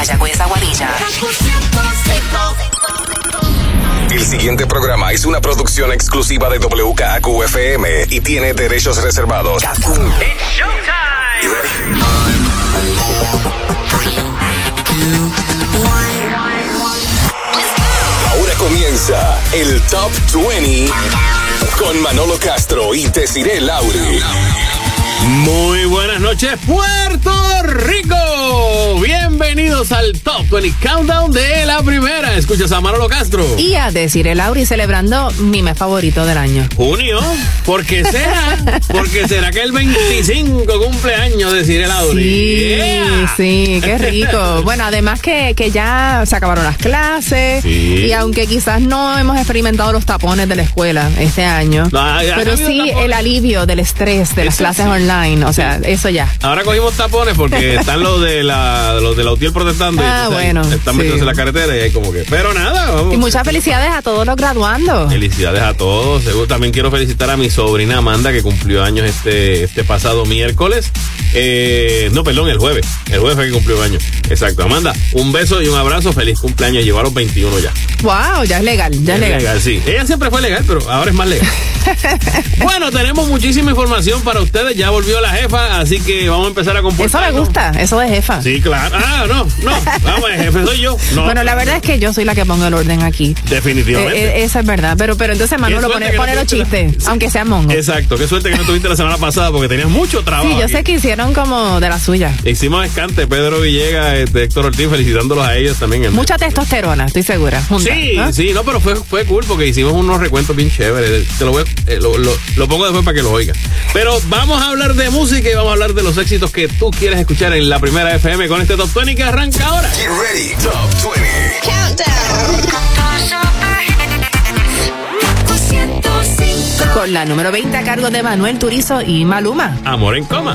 Mayagüez, Aguadilla. El siguiente programa es una producción exclusiva de WKAQ-FM y tiene derechos reservados. It's showtime. Ahora comienza el Top 20 con Manolo Castro y Desiree Lauri. Muy buenas noches, Puerto Rico. Bienvenidos al Top 20 Countdown de la primera. Escuchas a Manolo Castro y a Desiree Lauri celebrando mi mes favorito del año. Junio. ¿Por qué será? Porque será que el 25 cumpleaños de Desiree Lauri. Sí, yeah. Sí, qué rico. Bueno, además que ya se acabaron las clases. Sí. Y aunque quizás no hemos experimentado los tapones de la escuela este año, pero sí tapones. El alivio del estrés de las clases online. O sea, eso ya. Ahora cogimos tapones porque están los de la UTIEL protestando. Bueno. Están metiéndose en la carretera y hay como que. Pero nada, vamos. Y muchas felicidades a todos los graduandos. Felicidades a todos. También quiero felicitar a mi sobrina Amanda, que cumplió años este pasado miércoles. No, perdón, el jueves. El jueves fue que cumplió años. Exacto. Amanda, un beso y un abrazo. Feliz cumpleaños. Lleva los 21 ya. Wow, ya es legal. Ya es legal. Sí. Ella siempre fue legal, pero ahora es más legal. Bueno, tenemos muchísima información para ustedes. Ya volvió la jefa, así que vamos a empezar a comportarnos. Eso me gusta, eso de jefa. Sí, claro. No. Vamos, el jefe soy yo. No. Bueno, la verdad es que yo soy la que pongo el orden aquí. Definitivamente. Esa es verdad. Pero entonces Manolo pone los chistes, aunque sean mongos. Exacto. Qué suerte que no estuviste la semana pasada porque tenías mucho trabajo. Sí, yo sé que hicieron como de la suya. Hicimos escante, Pedro Villegas, Héctor Ortiz, felicitándolos a ellos también. Mucha testosterona, estoy segura. Junta, sí, ¿no? Sí, no, pero fue cool porque hicimos unos recuentos bien chéveres. Te lo pongo después para que lo oigas. Pero vamos a hablar de música y vamos a hablar de los éxitos que tú quieres escuchar en la primera FM con este Top 20 que arranca ahora. Get ready, Top 20 Countdown. Con la número 20 a cargo de Manuel Turizo y Maluma. Amor en coma.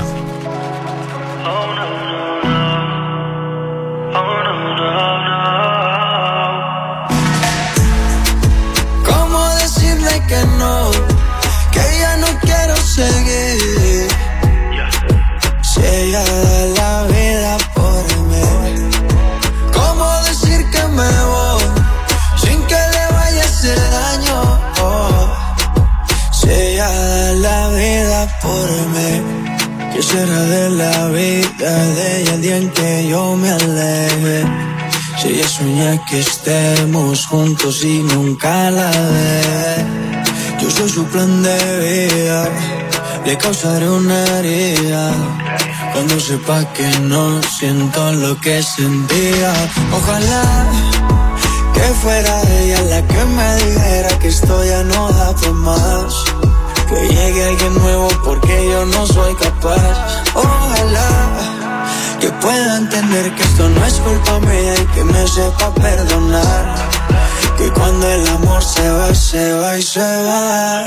¿Cómo decirle que no? Que ya no quiero seguir. Si ella da la vida por mí. ¿Cómo decir que me voy sin que le vaya a hacer daño? Si ella da la vida por mí. ¿Qué será de la vida de ella el día en que yo me aleje? Si ella sueña que estemos juntos y nunca la ve. Yo soy su plan de vida, le causaré una herida cuando sepa que no siento lo que sentía. Ojalá que fuera ella la que me dijera que esto ya no da por más, que llegue alguien nuevo porque yo no soy capaz. Ojalá que pueda entender que esto no es culpa mía y que me sepa perdonar, que cuando el amor se va, se va y se va.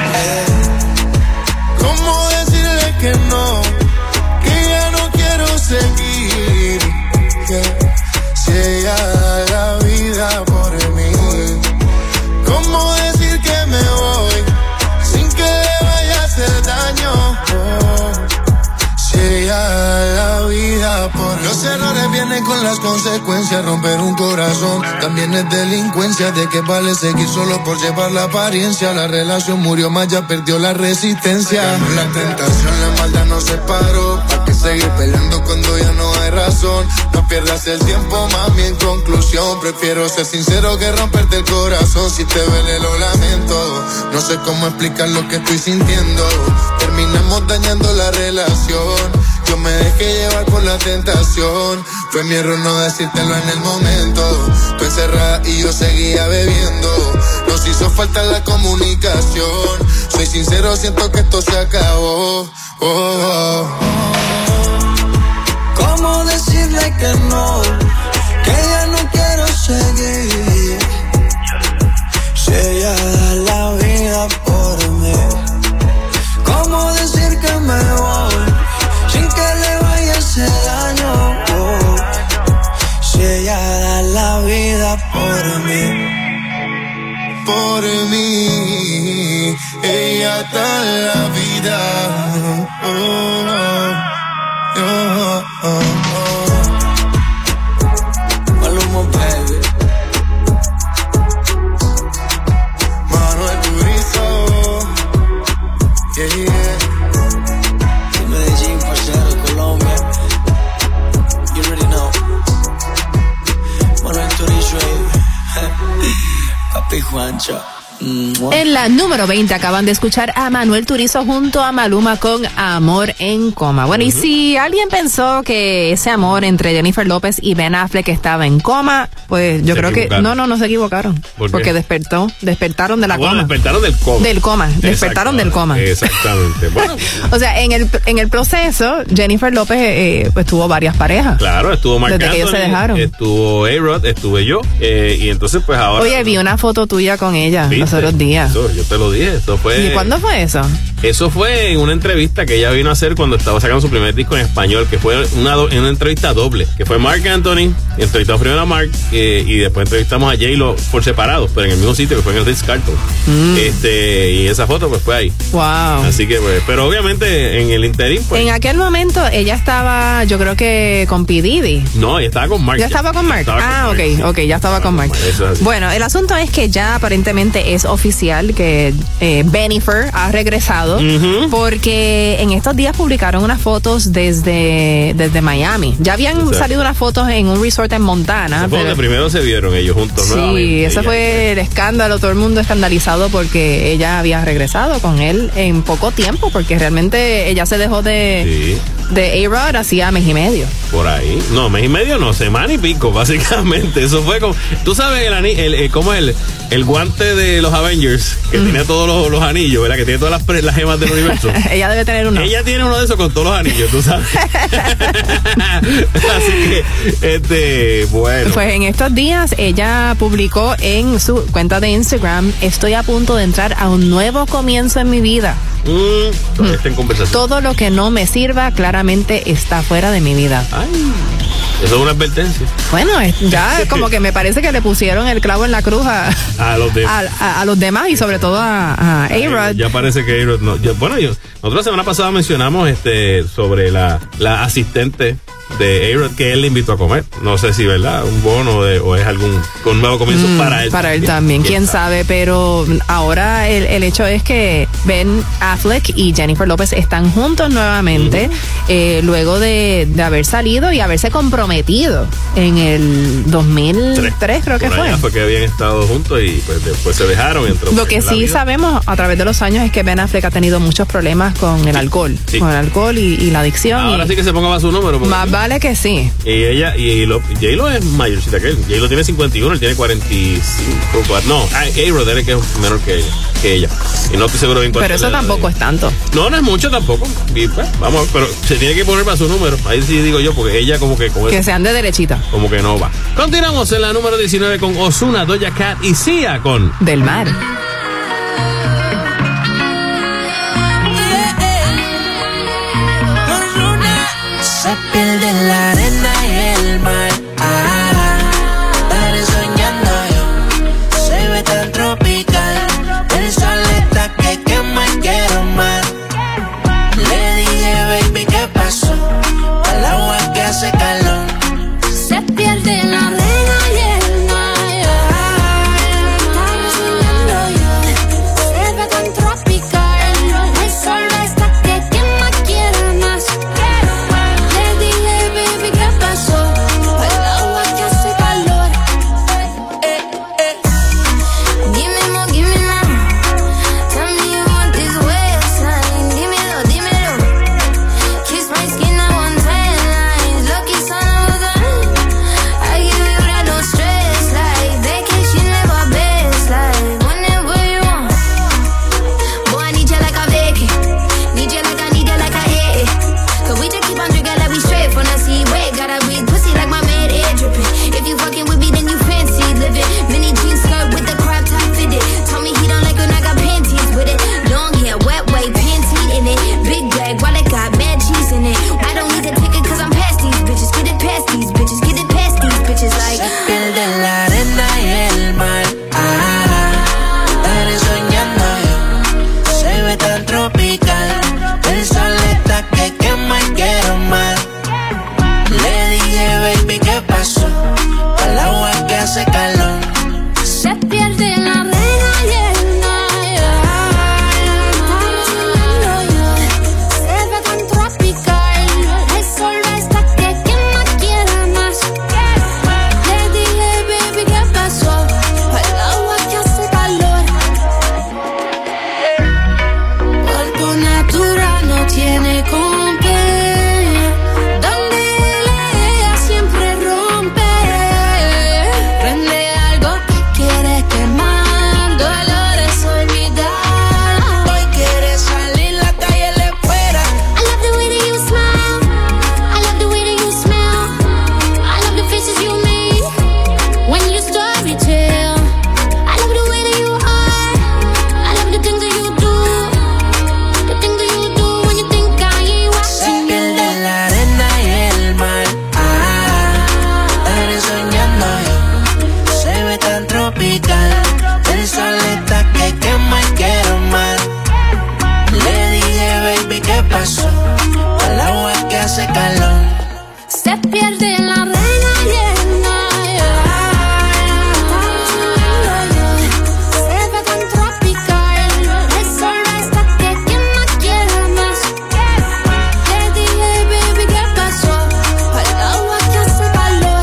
¿Cómo decirle que no? Que ya no quiero seguir. Si ella da la vida por mí. ¿Cómo decir que me voy sin que le vaya a hacer daño? Si ella da la vida por mí. Los errores vienen con las consecuencias. Romper un corazón también es delincuencia. ¿De qué vale seguir solo por llevar la apariencia? La relación murió más, ya perdió la resistencia. La tentación, la maldad nos separó. ¿Para qué seguir peleando cuando ya no hay razón? No pierdas el tiempo, mami, en conclusión. Prefiero ser sincero que romperte el corazón. Si te duele lo lamento, no sé cómo explicar lo que estoy sintiendo. Terminamos dañando la relación. Yo me dejé llevar por la tentación. Fue mi error no decírtelo en el momento. Tú encerrada y yo seguía bebiendo. Nos hizo falta la comunicación. Soy sincero, siento que esto se acabó. ¿Cómo decirle que no? Que ya no quiero seguir. Si ella da la vida por mí. ¿Cómo decir que me voy sin que le vaya a hacer daño? Si ella da la vida por mí. Por mí, ella da la vida. En la número 20 acaban de escuchar a Manuel Turizo junto a Maluma con Amor en Coma. Bueno, y si alguien pensó que ese amor entre Jennifer López y Ben Affleck estaba en coma, pues yo creo que no se equivocaron. Porque despertaron de la coma. Despertaron del coma. Del coma, despertaron del coma. Exactamente. Bueno. O sea, en el proceso, Jennifer López pues tuvo varias parejas. Claro, estuvo Marc Anthony, desde que ellos se dejaron. Estuvo A-Rod, estuve yo, y entonces pues ahora... Oye, vi una foto tuya con ella los otros días. Eso, yo te lo dije, eso fue... ¿Y cuándo fue eso? Eso fue en una entrevista que ella vino a hacer cuando estaba sacando su primer disco en español, que fue en una entrevista doble, que fue Marc Anthony, entrevistamos primero a Marc, y después entrevistamos a J-Lo por separados, pero en el mismo sitio, que fue en el Ritz-Carlton. Y esa foto pues fue ahí. Wow. Así que pues, pero obviamente en el interín pues... En aquel momento ella estaba, yo creo que con P. Diddy. No, ella estaba con Marc. ¿Ya estaba con Marc? Ok, ya estaba con Marc. Bueno, el asunto es que ya aparentemente es oficial que Bennifer ha regresado, porque en estos días publicaron unas fotos desde Miami. Ya habían salido unas fotos en un resort en Montana. Fue donde primero se vieron ellos juntos. Sí, ese fue el escándalo, todo el mundo escandalizado porque ella había regresado con él en poco tiempo, porque realmente ella se dejó de A-Rod hacía mes y medio. Por ahí. No, mes y medio no, semana y pico, básicamente. Eso fue como... Tú sabes cómo es el guante de los Avengers, que tiene todos los anillos, ¿verdad? Que tiene todas las gemas del universo. Ella debe tener uno. Ella tiene uno de esos con todos los anillos, tú sabes. Así que, bueno. Pues en estos días ella publicó en su cuenta de Instagram: estoy a punto de entrar a un nuevo comienzo en mi vida. Está en conversación. Todo lo que no me sirva claramente está fuera de mi vida. Ay, eso es una advertencia. Bueno, ya como que me parece que le pusieron el clavo en la cruz a los demás y sobre todo a A-Rod. Ya parece que A-Rod no. Nosotros la semana pasada mencionamos sobre la asistente de A-Rod que él le invitó a comer. No sé si, ¿verdad? Un bono o es un nuevo comienzo para él. Para él también, quién sabe. Pero ahora el hecho es que Ben Affleck y Jennifer López están juntos nuevamente, luego de haber salido y haberse comprometido en el 2003, creo que fue. Fue que habían estado juntos y pues después se dejaron. Lo que sí sabemos a través de los años es que Ben Affleck ha tenido muchos problemas con el alcohol. Sí. Con el alcohol y la adicción. Ahora sí que se ponga más su número. Más vale que sí. Y J-Lo es mayorcita que él. J-Lo tiene 51, él tiene 45. No, A-Rod es que es menor que ella. Y no estoy seguro de pero eso tampoco es tanto. No es mucho tampoco. Y, pues, vamos, pero se tiene que poner para su número. Ahí sí digo yo, porque ella como que... Que sean de derechita. Como que no va. Continuamos en la número 19 con Ozuna, Doja Cat y Sia con... Del Mar. Se pierde en la arena y el mar. Estaré soñando yo. Se ve tan tropical. El sol está que quema y quiero más. Le dije, baby, ¿qué pasó? Al agua que hace calor. Se pierde en la arena y el mar. Estaré soñando yo. hace calor. Se pierde la reina llena. Se ve tan tropical. El sol está que quien más quiera más. Le dije, baby, ¿qué pasó? Al agua que hace calor.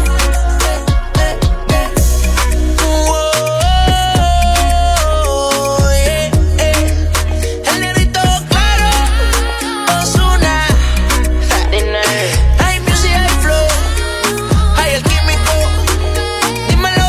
El negrito claro, Ozuna. Hay music, hay flow, hay el químico. Dímelo,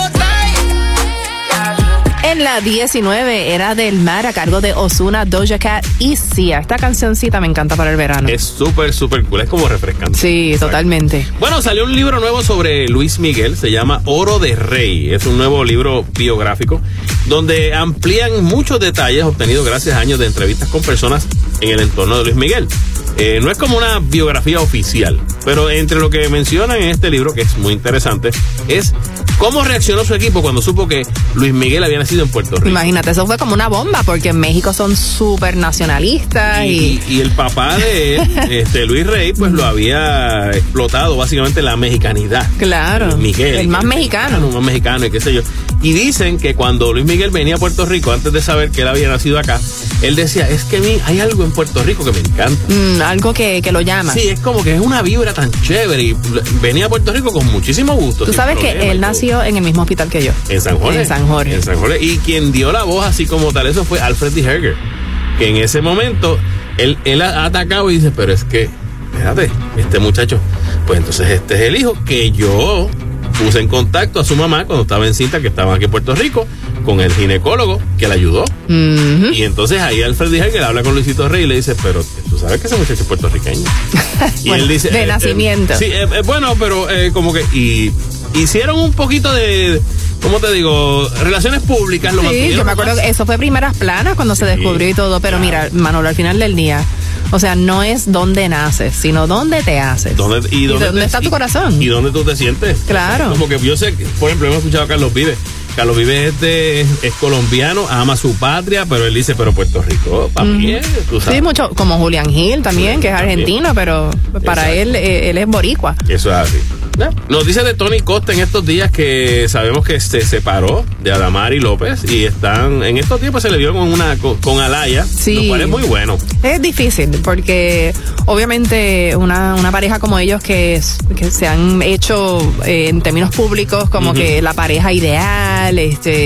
En la 19 era Del Mar a cargo de Ozuna, Doja Cat y Sia. Esta cancioncita me encanta para el verano. Es súper, súper cool. Es como refrescante. Sí, Exacto. totalmente. Bueno, salió un libro nuevo sobre Luis Miguel. Se llama Oro de Rey. Es un nuevo libro biográfico donde amplían muchos detalles obtenidos gracias a años de entrevistas con personas en el entorno de Luis Miguel. No es como una biografía oficial, pero entre lo que mencionan en este libro, que es muy interesante, es cómo reaccionó su equipo cuando supo que Luis Miguel había nacido en Puerto Rico. Imagínate, eso fue como una bomba, porque en México son súper nacionalistas Y el papá de él, Luis Rey, pues lo había explotado básicamente la mexicanidad. Claro, Luis Miguel. el más mexicano. El más mexicano y qué sé yo. Y dicen que cuando Luis Miguel venía a Puerto Rico, antes de saber que él había nacido acá, él decía, es que a mí hay algo en Puerto Rico que me encanta. Algo que lo llama. Sí, es como que es una vibra tan chévere y venía a Puerto Rico con muchísimo gusto. Tú sabes que él nació en el mismo hospital que yo. En San Jorge. En San Jorge. En San Jorge. Y quien dio la voz así como tal, eso fue Alfred D. Herger, que en ese momento él ha atacado y dice, pero es que, espérate, este muchacho, pues entonces este es el hijo que yo puse en contacto a su mamá cuando estaba encinta, que estaba aquí en Puerto Rico, con el ginecólogo que la ayudó. Uh-huh. Y entonces ahí Alfred D. Herger habla con Luisito Rey y le dice, pero tú sabes que ese muchacho es puertorriqueño. Y bueno, él dice, de nacimiento. Sí, bueno, pero como que y hicieron un poquito de, ¿cómo te digo? Relaciones públicas. Lo Sí, yo me acuerdo que eso fue primeras planas cuando se descubrió y todo, pero mira, Manolo, al final del día, o sea, no es dónde naces, sino dónde te haces. ¿Dónde está tu corazón? Y dónde tú te sientes. Claro. Como que yo sé, por ejemplo, hemos escuchado a Carlos Vives. Carlos Vives es colombiano, ama su patria, pero él dice, pero Puerto Rico, para mí es, tú sabes. Sí, mucho, como Julián Gil también, que es argentino, pero para él es boricua. Eso es así. Noticias de Tony Costa en estos días, que sabemos que se separó de Adamari López y están, en estos tiempos se le vio con Alaya, sí, lo cual es muy bueno. Es difícil porque obviamente una pareja como ellos que se han hecho en términos públicos como que la pareja ideal,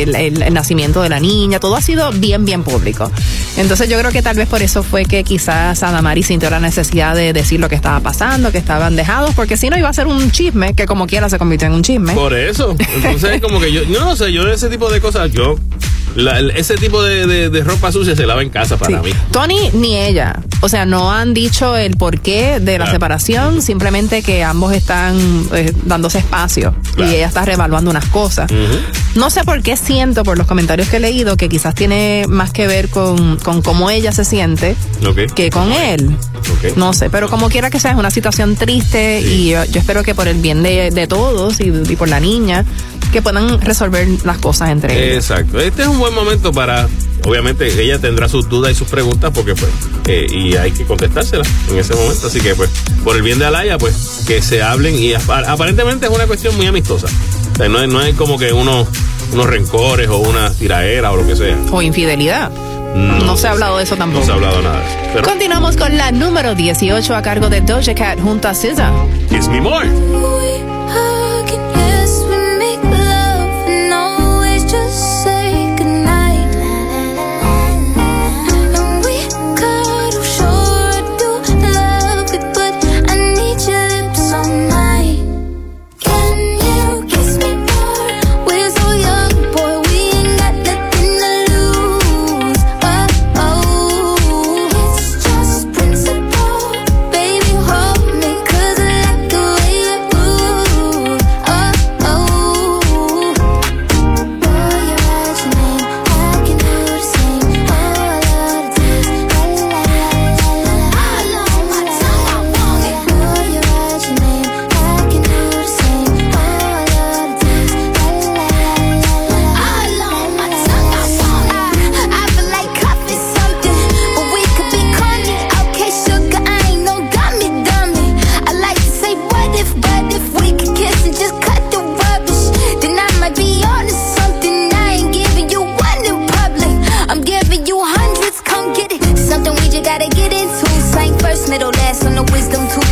el nacimiento de la niña, todo ha sido bien, bien público. Entonces yo creo que tal vez por eso fue que quizás Adamari sintió la necesidad de decir lo que estaba pasando, que estaban dejados, porque si no iba a ser un chisme que como quiera se convirtió en un chisme. Por eso. Entonces como que yo no sé, yo ese tipo de cosas, ese tipo de ropa sucia se lava en casa para mí. Tony ni ella, o sea, no han dicho el porqué de la separación, simplemente que ambos están dándose espacio y ella está reevaluando unas cosas. No sé por qué siento, por los comentarios que he leído, que quizás tiene más que ver con cómo ella se siente que con él. No sé, pero como quiera que sea, es una situación triste y yo espero que por el bien de todos y por la niña, que puedan resolver las cosas entre ellos. Exacto. Este es un buen momento para, obviamente, ella tendrá sus dudas y sus preguntas porque pues, y hay que contestárselas en ese momento. Así que pues, por el bien de Alaya, pues, que se hablen y aparentemente es una cuestión muy amistosa. O sea, no es como que unos rencores o una tiraera o lo que sea. O infidelidad. No se ha hablado de eso tampoco. No se ha hablado nada de eso. Pero continuamos con la número 18 a cargo de Doja Cat junto a SZA. Kiss Me More.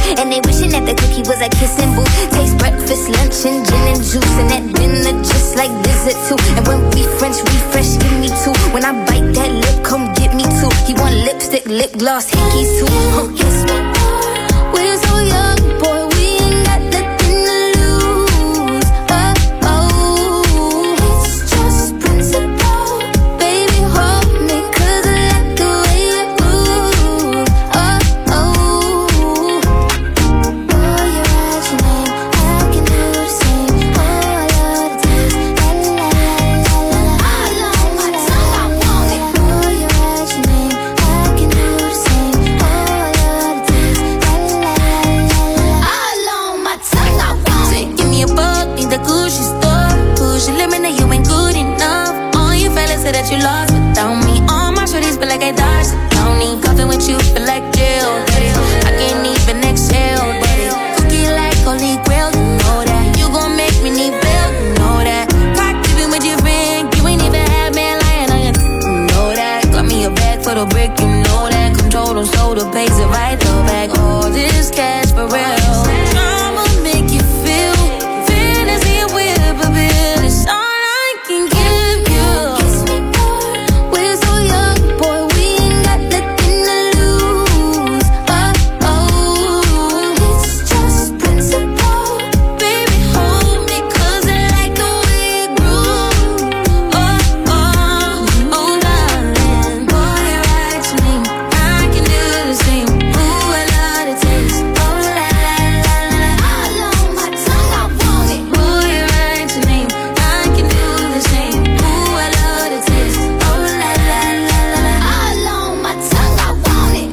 And they wishing that the cookie was a kissing booth. Taste breakfast, lunch, and gin and juice. And that dinner just like dessert too. And when we French refresh, give me two. When I bite that lip, come get me two. He want lipstick, lip gloss, hickeys too. Kiss me. We're so young, boy, we ain't got nothing to lose. Oh, oh, it's just principle. Baby, hold me, 'cause I like the way you move. Oh, oh, boy, you write your name, I can do the same. Oh, I love the taste, la la la la la la. All on my tongue, I want it. Boy, you write your name, I can do the same. Oh, I love the taste, la la la la la. All on my tongue, I want it. Give me a bug, need the Gucci store. Push your limit, now you ain't good enough. All you fellas say that you lost without me. All my shorties feel like I dodged the county. Coughing with you feel like jail, buddy. I can't even exhale, buddy. Cookie like holy grail, you know that. You gon' make me need bail, you know that. Cock even with your friend, you ain't even had man lying on you, you know that. Got me a bag for the brick, you know that. Control them, so the pays it right, the bag. All this cash for real. I'ma make you feel fantasy with a bill. It's all I can give you. Kiss me more. We're so young, boy, we ain't got nothing to lose. Oh, oh, it's just principle. Baby, hold me, 'cause I like the way you groove. Oh, oh, oh, darling. Boy, you write your name, I can do the same. Ooh, I love the taste. Oh, la, la, la, la. All on my tongue, I want it. Boy, you write your name, I can do the same. Ooh, I love the taste. Oh, la, la, la, la. All on my tongue, I want it.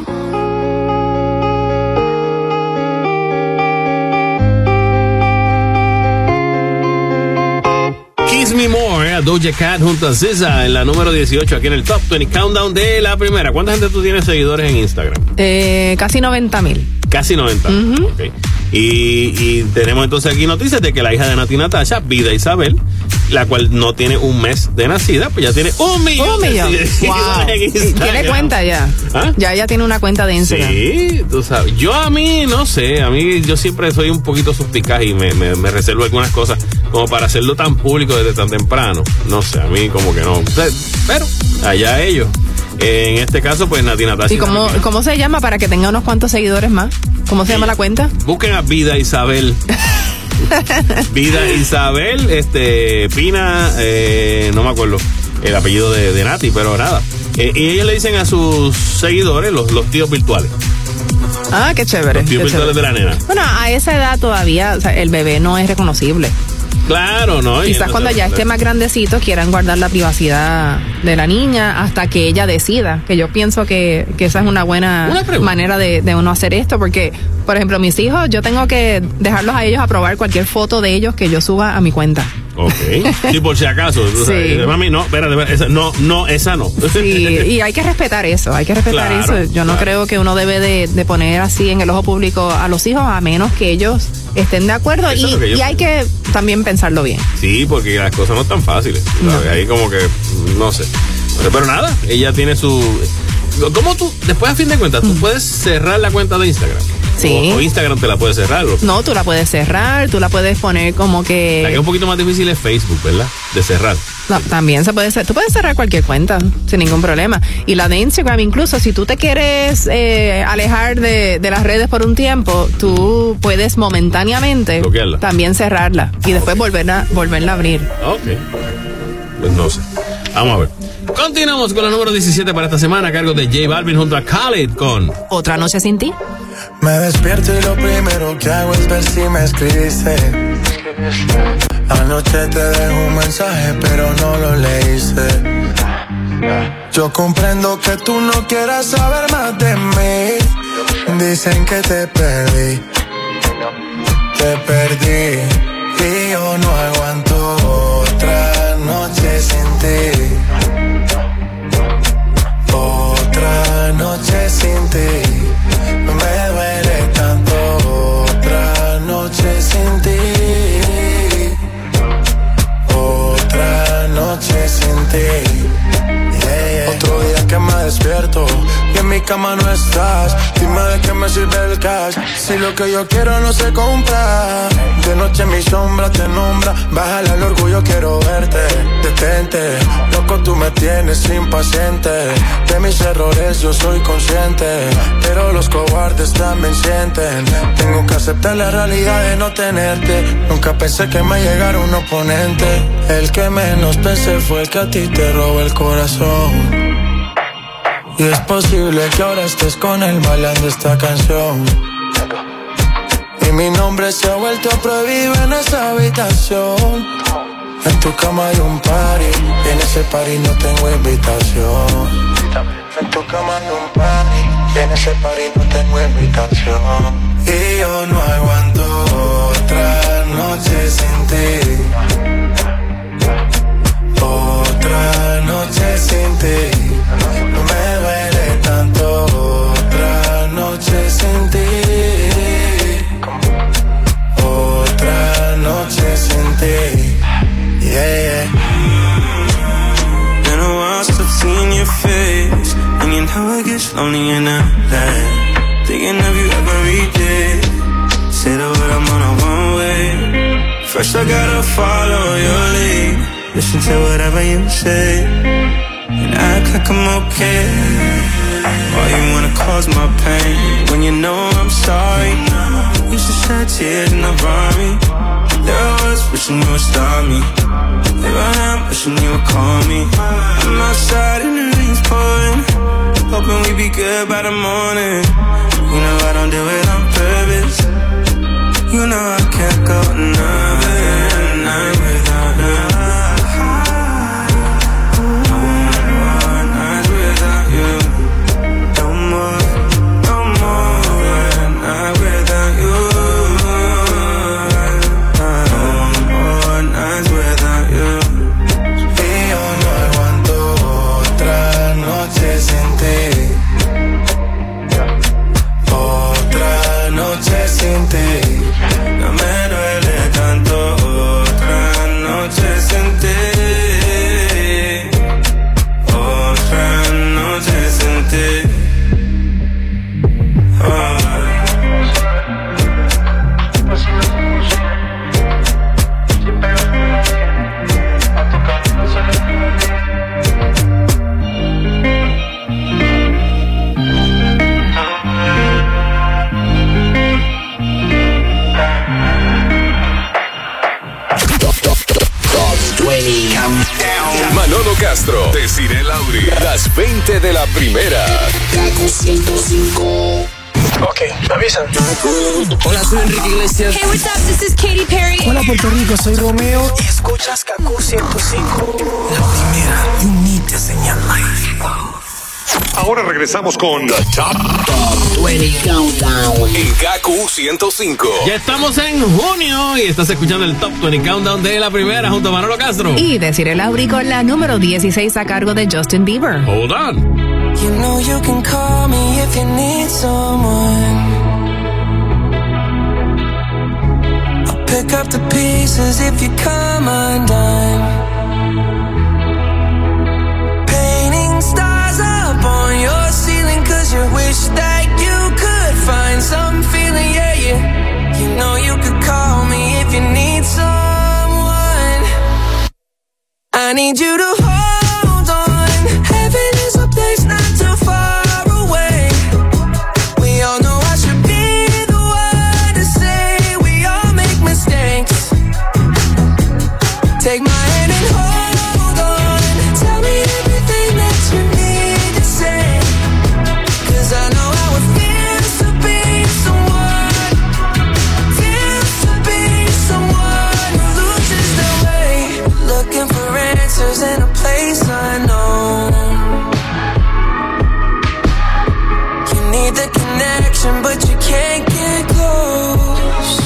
Kiss Me More, Doja Cat junto a SZA en la número 18 aquí en el Top 20 Countdown de la primera. ¿Cuánta gente tú tienes seguidores en Instagram? Casi 90,000. Casi 90. Okay. Y tenemos entonces aquí noticias de que la hija de Nati Natasha, Vida Isabel, la cual no tiene un mes de nacida, pues ya tiene 1 millón. 1 millón. Wow. Tiene cuenta ya. ¿Ah? Ya ella tiene una cuenta de Instagram. Sí, tú sabes. Yo a mí, no sé, yo siempre soy un poquito suspicaz y me reservo algunas cosas como para hacerlo tan público desde tan temprano. No sé, a mí como que no. Pero allá ellos. En este caso, pues Nati Natasha. ¿Y cómo se llama para que tenga unos cuantos seguidores más? ¿Cómo se llama la cuenta? Busquen a Vida Isabel. Vida Isabel, Pina, no me acuerdo el apellido de Nati, pero nada. Y ellos le dicen a sus seguidores los tíos virtuales. Ah, qué chévere. Los tíos virtuales de la nena. Bueno, a esa edad todavía, o sea, el bebé no es reconocible. Claro, ¿no? Quizás cuando ya esté más grandecito quieran guardar la privacidad de la niña hasta que ella decida. Que yo pienso que esa es una buena manera de uno hacer esto. Porque, por ejemplo, mis hijos, yo tengo que dejarlos a ellos aprobar cualquier foto de ellos que yo suba a mi cuenta. Ok. Sí, por si acaso. Sí. O sea, mami, no, espérate, esa no. Sí, y hay que respetar eso, Claro, eso. Yo no creo que uno debe de poner así en el ojo público a los hijos, a menos que ellos estén de acuerdo. Y hay que también pensarlo bien. Sí, porque las cosas no están fáciles. ¿Sabes? No. Ahí como que, no sé. Pero nada, ella tiene su... ¿Cómo tú, después a fin de cuentas, tú puedes cerrar la cuenta de Instagram? Sí. O Instagram te la puede cerrar. No, tú la puedes cerrar, tú la puedes poner como que... La que es un poquito más difícil es Facebook, ¿verdad? De cerrar. No, también se puede cerrar. Tú puedes cerrar cualquier cuenta sin ningún problema. Y la de Instagram, incluso si tú te quieres alejar de las redes por un tiempo, tú puedes momentáneamente bloquearla, también cerrarla y después volverla a abrir. Ok. Pues no sé. Vamos a ver. Continuamos con la número 17 para esta semana a cargo de J Balvin junto a Khalid con Otra Noche Sin Ti. Me despierto y lo primero que hago es ver si me escribiste. Anoche te dejo un mensaje pero no lo leíste. Yo comprendo que tú no quieras saber más de mí. Dicen que te perdí y yo no aguanto otra noche sin ti. Otra noche sin ti. Me duele tanto. Otra noche sin ti. Otra noche sin ti. Otro día que me despierto y en mi cama no estás. Dime de qué me sirve el cash? Si lo que yo quiero no se compra. De noche mi sombra te nombra. Bájale al orgullo, quiero verte. Detente, loco, tú me tienes impaciente. De mis errores yo soy consciente, pero los cobardes también sienten. Tengo que aceptar la realidad de no tenerte. Nunca pensé que me llegara un oponente. El que menos pensé fue el que a ti te robó el corazón. Y es posible que ahora estés con él bailando esta canción. Y mi nombre se ha vuelto prohibido en esa habitación. En tu cama hay un party, en ese party no tengo invitación. En tu cama hay un party, en ese party no tengo invitación. Y yo no aguanto otra noche sin ti. Otra noche sin ti. No me duele tanto. Otra noche sin ti. Otra noche sin ti. Yeah. Been a while since I've seen your face, and you know it gets lonely in LA. Thinking of you every day. Say the word, I'm on a one way. First I gotta follow your lead. Listen to whatever you say, and act like I'm okay. Why you wanna cause my pain when you know I'm sorry? Used to shed tears in the army. There I was wishing you would stop me. There I am wishing you would call me. I'm outside and the rain's pouring, hoping we be good by the morning. You know I don't do it on purpose. You know I can't go another night without her. No me duele tanto. Otra noche sin ti. Otra noche sin ti. Manolo Castro, Desiree Lauri, las 20 de la primera. Kaku 105. Ok, me avisan. Hola, soy Enrique Iglesias. Hey, what's up? This is Katy Perry. Hola, Puerto Rico, soy Romeo. Y escuchas Kaku 105. La primera, you need to enseñar life. Ahora regresamos con The Top 20 Countdown en Kaku 105. Ya estamos en junio y estás escuchando el Top 20 Countdown de la primera junto a Manolo Castro. Y Desiree Lauri con la número 16 a cargo de Justin Bieber. Hold on. You know you can call me if you need someone. I'll pick up the pieces if you come undone. Painting stars up on your ceiling 'cause you wish that you could find some feeling, yeah, yeah. You know you could call me if you need someone. I need you to hold on. Heaven is a place not too far away. We all know I should be the one to say we all make mistakes. Take my hand and hold on. Tell me everything that you need to say. 'Cause I know how it feels to be someone. Feels to be someone who loses their way. Looking for answers in a place unknown. You need the connection, but you can't get close.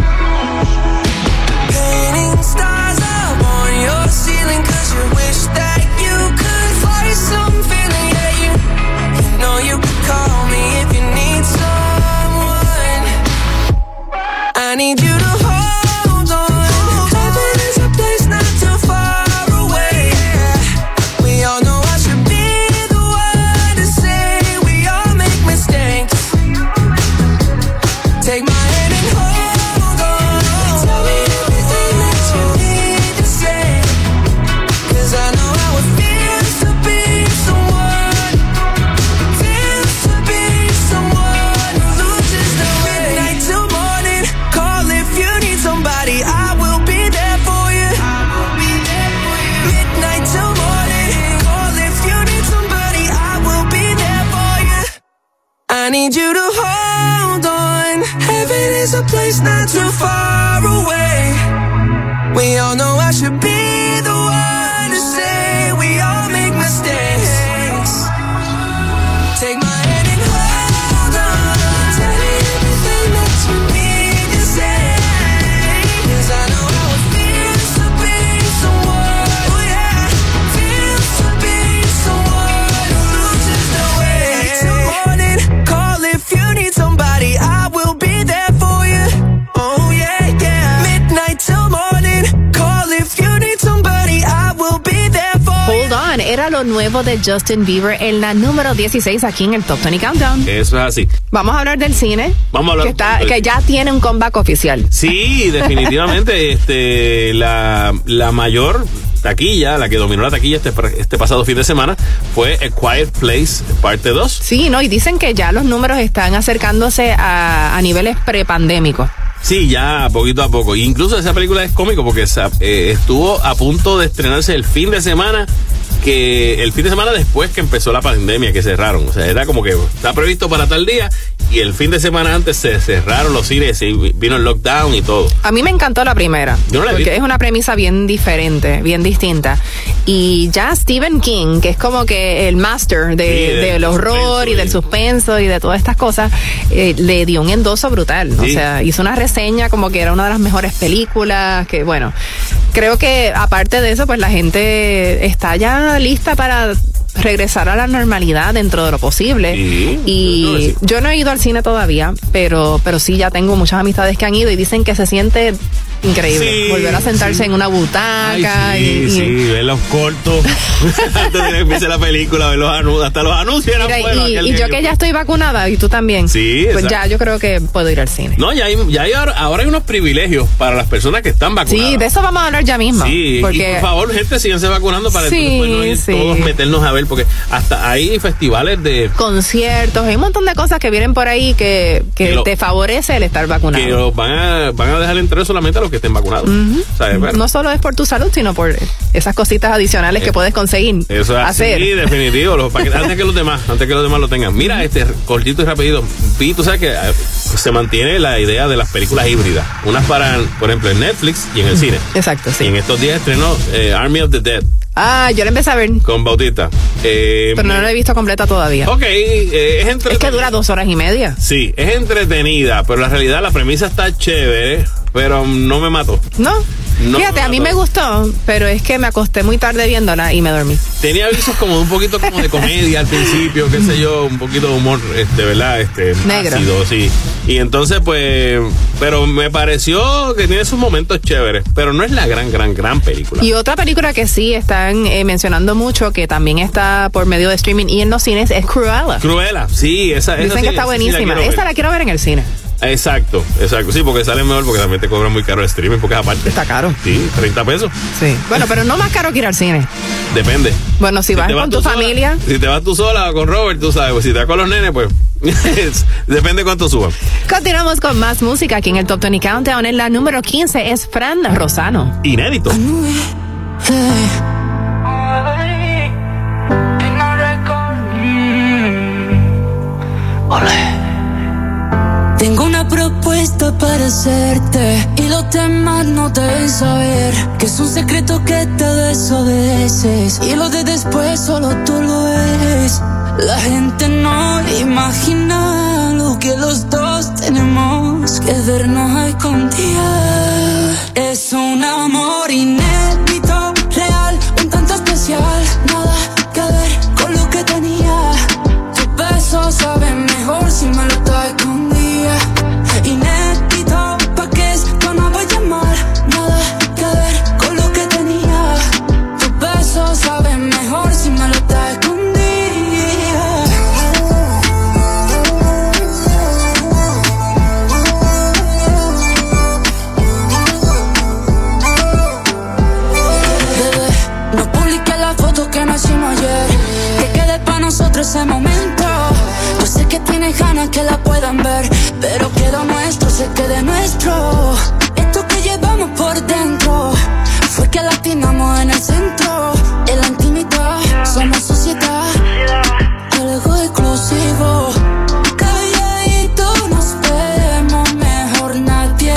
Painting stars up on your ceiling 'cause you wish that you could find some feeling, yeah, you know you could call me if you need someone. I need you to hold on. Heaven is a place not too far away. We all know I should be the one to say we all make mistakes. place not too far away. We all know I should be the one to say we all make mistakes. Take my hand and hold on. Tell me everything that you need to say. 'Cause I know how it feels to be someone, oh yeah. Feels to be someone who loses their way. Morning, call if you need somebody. I will be there for you. Oh yeah, yeah. Midnight till morning, call if you need somebody. I will be there for you. Hold On era lo nuevo de Justin Bieber en la número 16 aquí en el Top 20 Countdown. Eso es así. Vamos a hablar del cine. Vamos a hablar que ya tiene un comeback oficial. Sí, definitivamente. La mayor taquilla, la que dominó la taquilla este pasado fin de semana, fue A Quiet Place parte 2. Sí, no, y dicen que ya los números están acercándose a niveles prepandémicos. Sí, ya poquito a poco. Incluso esa película es cómico porque estuvo a punto de estrenarse el fin de semana después que empezó la pandemia, que cerraron. O sea, era como que está previsto para tal día y el fin de semana antes se cerraron los cines y vino el lockdown y todo. A mí me encantó la primera, porque es una premisa bien diferente, bien distinta. Y ya Stephen King, que es como que el master del horror y del suspenso y de todas estas cosas, le dio un endoso brutal. Sí. O sea, hizo una reseña como que era una de las mejores películas, que bueno, creo que aparte de eso, pues la gente está ya lista para regresar a la normalidad dentro de lo posible. Sí, y yo no he ido al cine todavía, pero sí ya tengo muchas amistades que han ido y dicen que se siente increíble. Sí, volver a sentarse en una butaca. Ay, sí, ver los cortos antes de que empiece la película, ver los anuncios, hasta los anuncios eran buenos. Y yo que ya estoy vacunada y tú también. Sí, pues ya yo creo que puedo ir al cine. No, ahora hay unos privilegios para las personas que están vacunadas. Sí, de eso vamos a hablar ya mismo. Sí, porque, y por favor, gente, síganse vacunando para después no ir todos meternos a ver, porque hasta hay festivales de conciertos, hay un montón de cosas que vienen por ahí que te favorece el estar vacunado. Que los van a dejar entrar solamente a los que estén vacunados. Uh-huh. ¿Sabes? Bueno. No solo es por tu salud, sino por esas cositas adicionales que puedes conseguir. Eso es hacer. Sí, definitivo. Antes que los demás lo tengan. Mira, cortito y rapidito. Tú sabes que se mantiene la idea de las películas híbridas. Unas para, por ejemplo, en Netflix y en el cine. Exacto, sí. Y en estos días estrenó Army of the Dead. Ah, yo la empecé a ver. Con Bautista. Pero no la he visto completa todavía. Ok, es entretenida. Es que dura 2 horas y media. Sí, es entretenida, pero la realidad, la premisa está chévere, pero no me mató. No. Fíjate, a mí me gustó, pero es que me acosté muy tarde viéndola y me dormí. Tenía avisos como de un poquito como de comedia al principio, qué sé yo, un poquito de humor, ¿verdad? Negro. Ácido, sí. Y entonces, pues, pero me pareció que tiene sus momentos chéveres, pero no es la gran película. Y otra película que sí están mencionando mucho, que también está por medio de streaming y en los cines, es Cruella. Cruella, sí, esa dicen sí, que está buenísima. Esa la quiero ver en el cine. Exacto, sí, porque sale mejor, porque también te cobran muy caro el streaming, porque aparte está caro. Sí, $30. Sí, bueno, pero no más caro que ir al cine. Depende. Bueno, si vas con tu familia. Si te vas tú sola o con Robert, tú sabes, pues si te vas con los nenes, pues depende cuánto suban. Continuamos con más música aquí en el Top 20 Countdown. En la número 15 es Fran Rosano. Inédito. Tengo una propuesta para hacerte y los demás no deben saber que es un secreto que te desobedeces y lo de después solo tú lo eres. La gente no imagina lo que los dos tenemos que vernos a escondidas. Es un amor inédito, real, un tanto especial, nada que ver con lo que tenía. Tus besos saben mejor si me lo estás escondiendo. Inédito, pa' que esto no vaya mal. Nada que ver con lo que tenía. Tus besos saben mejor si me lo estás escondida. Bebé, no publiqué la foto que nos hicimos ayer. Que quede pa' nosotros ese momento. Yo sé que tienes ganas que la puedan ver, pero que lo nuestro se quede nuestro. Esto que llevamos por dentro fue que latinamos en el centro. En la intimidad somos sociedad, algo exclusivo. Calladito nos vemos, mejor nadie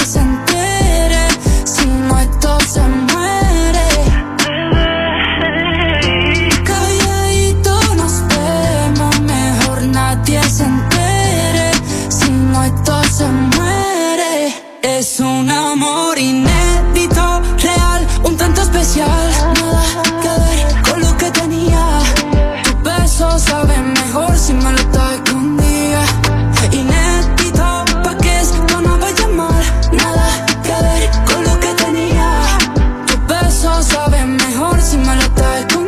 Es un amor inédito, real, un tanto especial. Nada que ver con lo que tenía. Tu beso sabe mejor si me lo está escondida. Inédito, pa' que esto no vaya mal. Nada que ver con lo que tenía. Tu beso sabe mejor si me lo está escondida.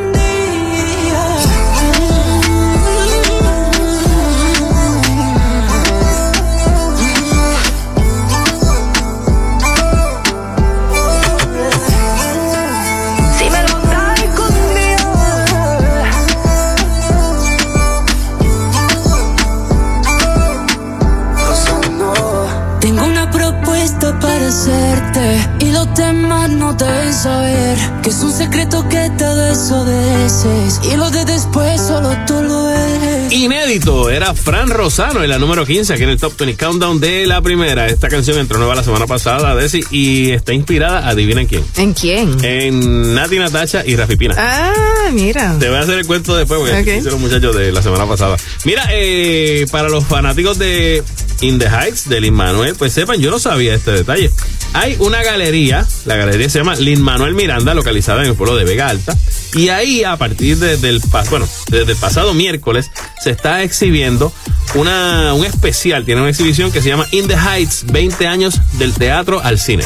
Para hacerte y los demás no deben saber que es un secreto que te desobedeces y lo de después solo tú lo eres. Inédito, era Fran Rosano en la número 15 aquí en el Top 20 Countdown de la primera. Esta canción entró nueva la semana pasada, Desi, y está inspirada, adivina en quién. ¿En quién? En Nati Natasha y Rafi Pina. Ah, mira. Te voy a hacer el cuento después porque hicieron los muchachos de la semana pasada. Mira, para los fanáticos de In the Heights de Lin-Manuel, pues sepan, yo no sabía este detalle. Hay una galería, la galería se llama Lin-Manuel Miranda, localizada en el pueblo de Vega Alta, y ahí a partir desde el pasado miércoles se está exhibiendo un especial, tiene una exhibición que se llama In the Heights, 20 años del teatro al cine,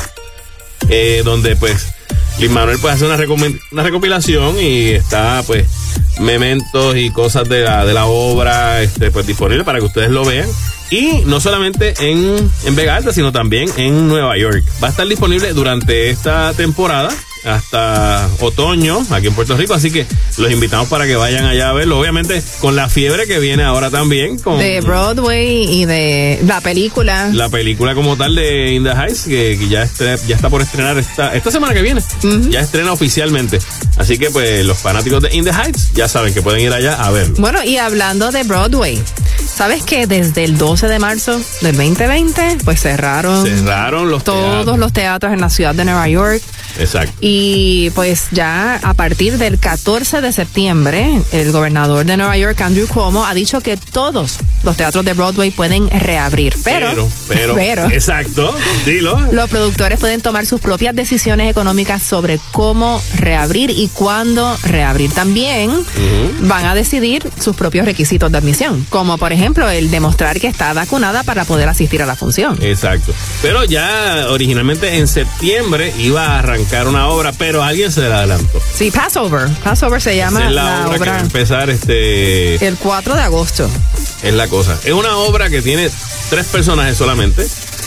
donde pues Lin-Manuel pues hace una recopilación y está pues mementos y cosas de la obra pues disponible para que ustedes lo vean. Y no solamente en Vega Alta, sino también en Nueva York. Va a estar disponible durante esta temporada hasta otoño aquí en Puerto Rico, así que los invitamos para que vayan allá a verlo, obviamente con la fiebre que viene ahora también con de Broadway y de la película como tal de In the Heights, que ya está por estrenar esta semana que viene. Ya estrena oficialmente, así que pues los fanáticos de In the Heights ya saben que pueden ir allá a verlo. Bueno, y hablando de Broadway, ¿sabes que desde el 12 de marzo del 2020 pues cerraron todos los teatros en la ciudad de Nueva York? Exacto. Y pues ya a partir del 14 de septiembre, el gobernador de Nueva York, Andrew Cuomo, ha dicho que todos los teatros de Broadway pueden reabrir. Pero exacto, dilo. Los productores pueden tomar sus propias decisiones económicas sobre cómo reabrir y cuándo reabrir. También van a decidir sus propios requisitos de admisión, como por ejemplo el demostrar que está vacunada para poder asistir a la función. Exacto. Pero ya originalmente en septiembre iba a arrancar una obra, pero alguien se la adelantó. Sí, Passover se llama. Es la obra que va a empezar el 4 de agosto. Es la cosa. Es una obra que tiene 3 personajes solamente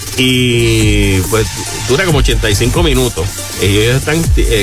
y pues dura como 85 minutos. Ellos están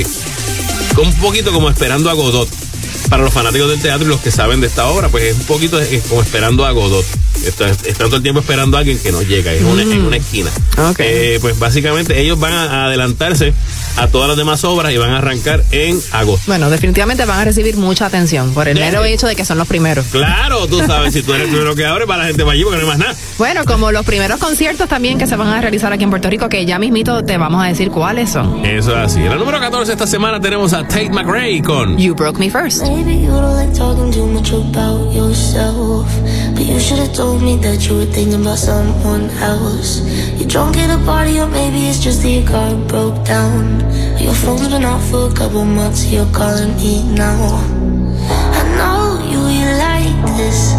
un poquito como esperando a Godot. Para los fanáticos del teatro y los que saben de esta obra, pues es un poquito como esperando a Godot. Están todo el tiempo esperando a alguien que no llega, en una esquina. Okay. Pues básicamente ellos van a adelantarse a todas las demás obras y van a arrancar en agosto. Bueno, definitivamente van a recibir mucha atención por el mero hecho de que son los primeros. Claro, tú sabes, si tú eres el primero que abre, para la gente va allí porque no hay más nada. Bueno, como los primeros conciertos también que se van a realizar aquí en Puerto Rico, que ya mismito te vamos a decir cuáles son. Eso es así. En la número 14 esta semana tenemos a Tate McRae con You Broke Me First. Maybe you don't like talking too much about yourself, but you should have told me that you were thinking about someone else. You're drunk at a party, or maybe it's just that your car broke down. Your phone's been off for a couple months, you're calling me now. I know you like this.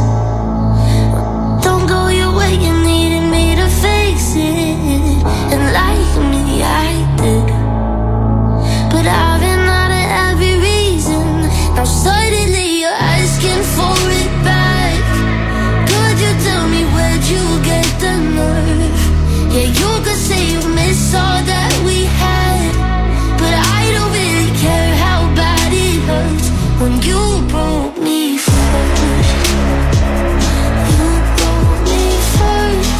Don't go your way, you needed me to face it. And like me, I did. But I've been out of every reason. Now suddenly you're asking for it back. Could you tell me where'd you get the nerve? Yeah, you could say you miss all that we had, but I don't really care how bad it hurts when you broke me first. You broke me first.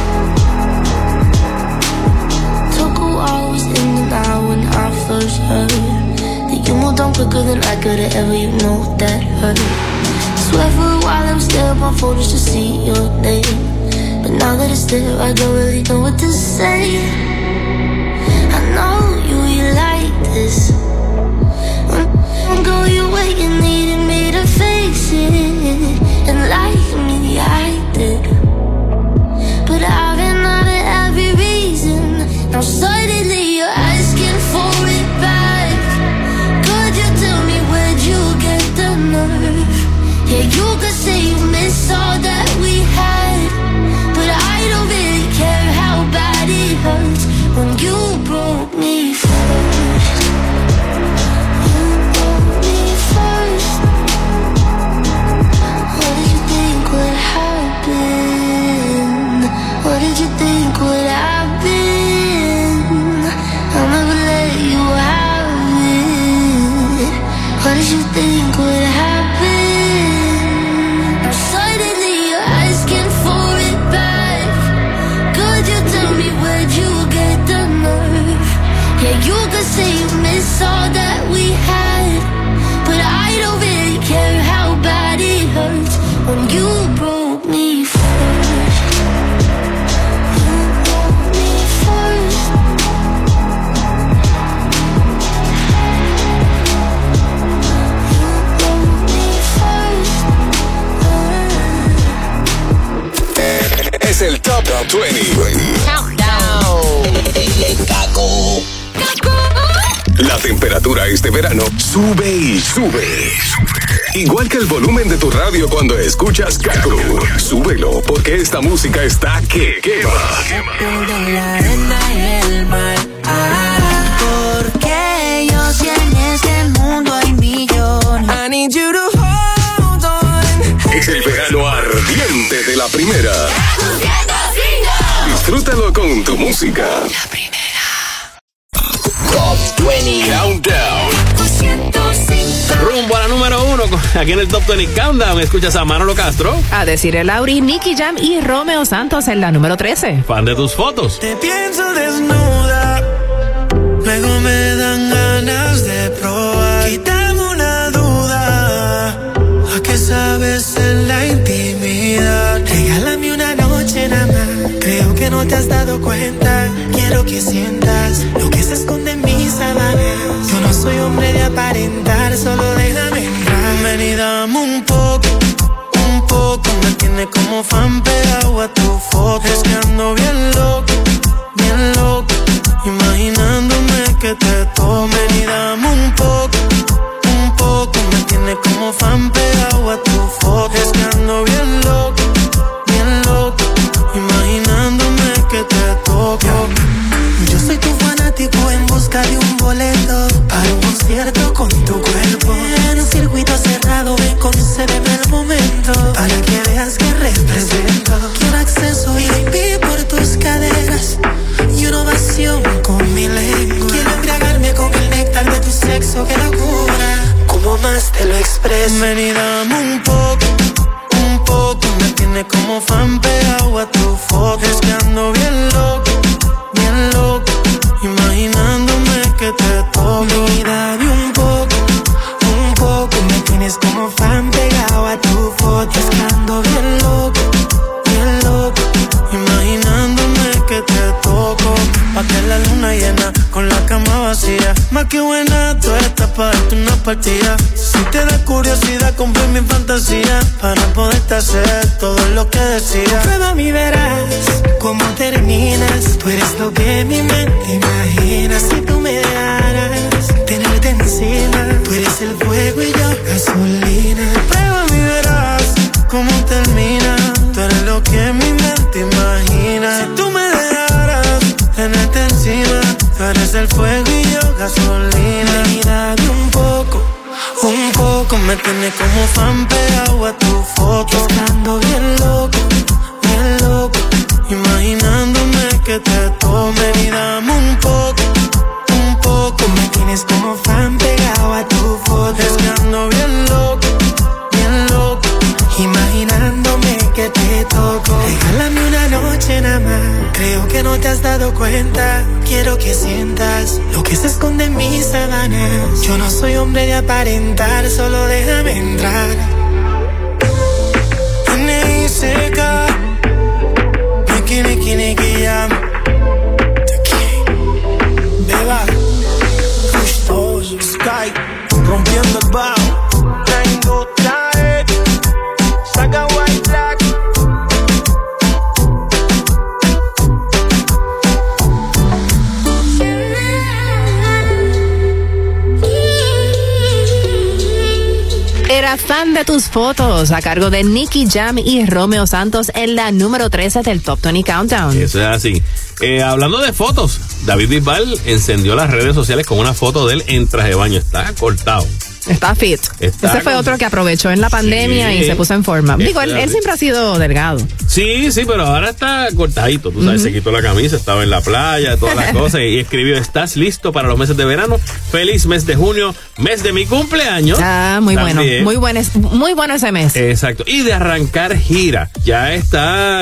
Took a while, was in and out when I first heard that you moved on quicker than I could've ever, you know that hurt. Swear for a while I was there on my phone just to see your name, but now that it's there I don't really know what to say. I know you like this. Don't go your way, you needed me to face it. And like me, I did. But I've been out of every reason. Now suddenly you're asking for it back. Could you tell me where'd you get the nerve? Yeah, you could say you miss all that we had, but I don't really care how bad it hurts when you broke me first. You broke me first. What did you think would happen? What did you think would happen? I'll never let you have it. What did you think would happen? You could say you miss all that we had, but I don't really care how bad it hurts when you broke me first. You broke me first. You broke me first. Es el Top 20. Countdown. La temperatura este verano sube y sube. Igual que el volumen de tu radio cuando escuchas Kaku. Súbelo porque esta música está que quema. La arena y el mar. Porque yo si en este mundo hay millones. I need you to hold on. Es el verano ardiente de la primera. Disfrútalo con tu música. La primera. Top 20 Countdown. Rumbo a la número 1, aquí en el Top 20 Countdown. Escuchas a Manolo Castro, A Desiree Lauri, Nicky Jam y Romeo Santos en la número 13. fan de tus fotos. Te pienso desnuda, luego me dan ganas de probar. Quítame una duda, ¿a qué sabes en la intimidad? Regálame una noche nada más, creo que no te has dado cuenta. Quiero que sientas lo que se esconde en mis sábanas. Yo no soy hombre de aparentar, solo déjame entrar. Ven y dame un poco, me tiene como fan pegado a tu foto. Es que ando bien loco, imaginándome que te tomen. Y dame un poco, me tiene como fan pegado a tu foto. Es que ando bien loco, imaginándome que te toco. Yo soy tu fanático en busca de un boleto para un concierto con tu cuerpo. En un circuito cerrado, ven, concédeme el momento para que veas que represento. Quiero acceso VIP por tus caderas y una ovación con mi lengua. Quiero embriagarme con el néctar de tu sexo, qué locura. ¿Cómo más te lo expreso? Ven y dame un poco, me tiene como fan pegado a tu foto. Es que ando bien loco, imaginándome que te toco. Y dame un poco, me tienes como fan pegado a tu foto. Es que ando bien loco, imaginándome que te toco. Pa' que la luna llena con la cama vacía. Más que buena, tú estás para darte una partida. Si te da curiosidad, compré mi fantasía para poderte hacer todo lo que decía. Prueba mi verás cómo terminas. Tú eres lo que mi mente imagina. Si tú me dejaras tenerte encima, tú eres el fuego y yo gasolina. Prueba mi verás cómo termina. Tú eres lo que mi mente imagina. Si tú me dejaras tenerte encima, tú eres el fuego y yo gasolina. Y dame un poco, me tiene como fan pegado a tu foto. Estando bien loco, imaginándome que te tomen. Y dame un poco, me tienes como fan pegado a tu foto. Estando bien loco, imaginándome que te toco. Regálame una noche nada más, creo que no te has dado cuenta. Quiero que sientas lo que se esconde en mis sábanas. Yo no soy hombre de aparentar, solo déjame entrar. N.I.C.K. Nicky Jam. Beba, Gustoso, Sky, rompiendo el bajo. Tango Tide, Saga White Black. Fan de tus fotos, a cargo de Nicky Jam y Romeo Santos en la número 13 del Top 20 Countdown. Eso es así. Hablando de fotos, David Bisbal encendió las redes sociales con una foto de él en traje de baño. Está cortado. Está fit. Ese fue otro que aprovechó en la pandemia y se puso en forma. Digo, él siempre ha sido delgado. Sí, pero ahora está cortadito. Tú sabes, se quitó la camisa, estaba en la playa, todas las cosas. Y escribió: ¿estás listo para los meses de verano? Feliz mes de junio, mes de mi cumpleaños. Muy también. Bueno. Muy bueno ese mes. Exacto. Y de arrancar gira. Ya está,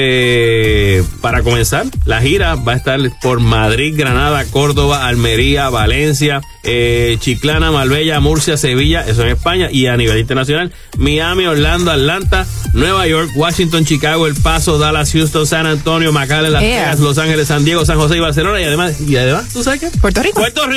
para comenzar, la gira va a estar por Madrid, Granada, Córdoba, Almería, Valencia, Chiclana, Marbella, Murcia, Sevilla, eso en España, y a nivel internacional, Miami, Orlando, Atlanta, Nueva York, Washington, Chicago, El Paso, Dallas, Houston, San Antonio, McAllen, Las Vegas, Los Ángeles, San Diego, San José y Barcelona, y además, ¿tú sabes qué? Puerto Rico.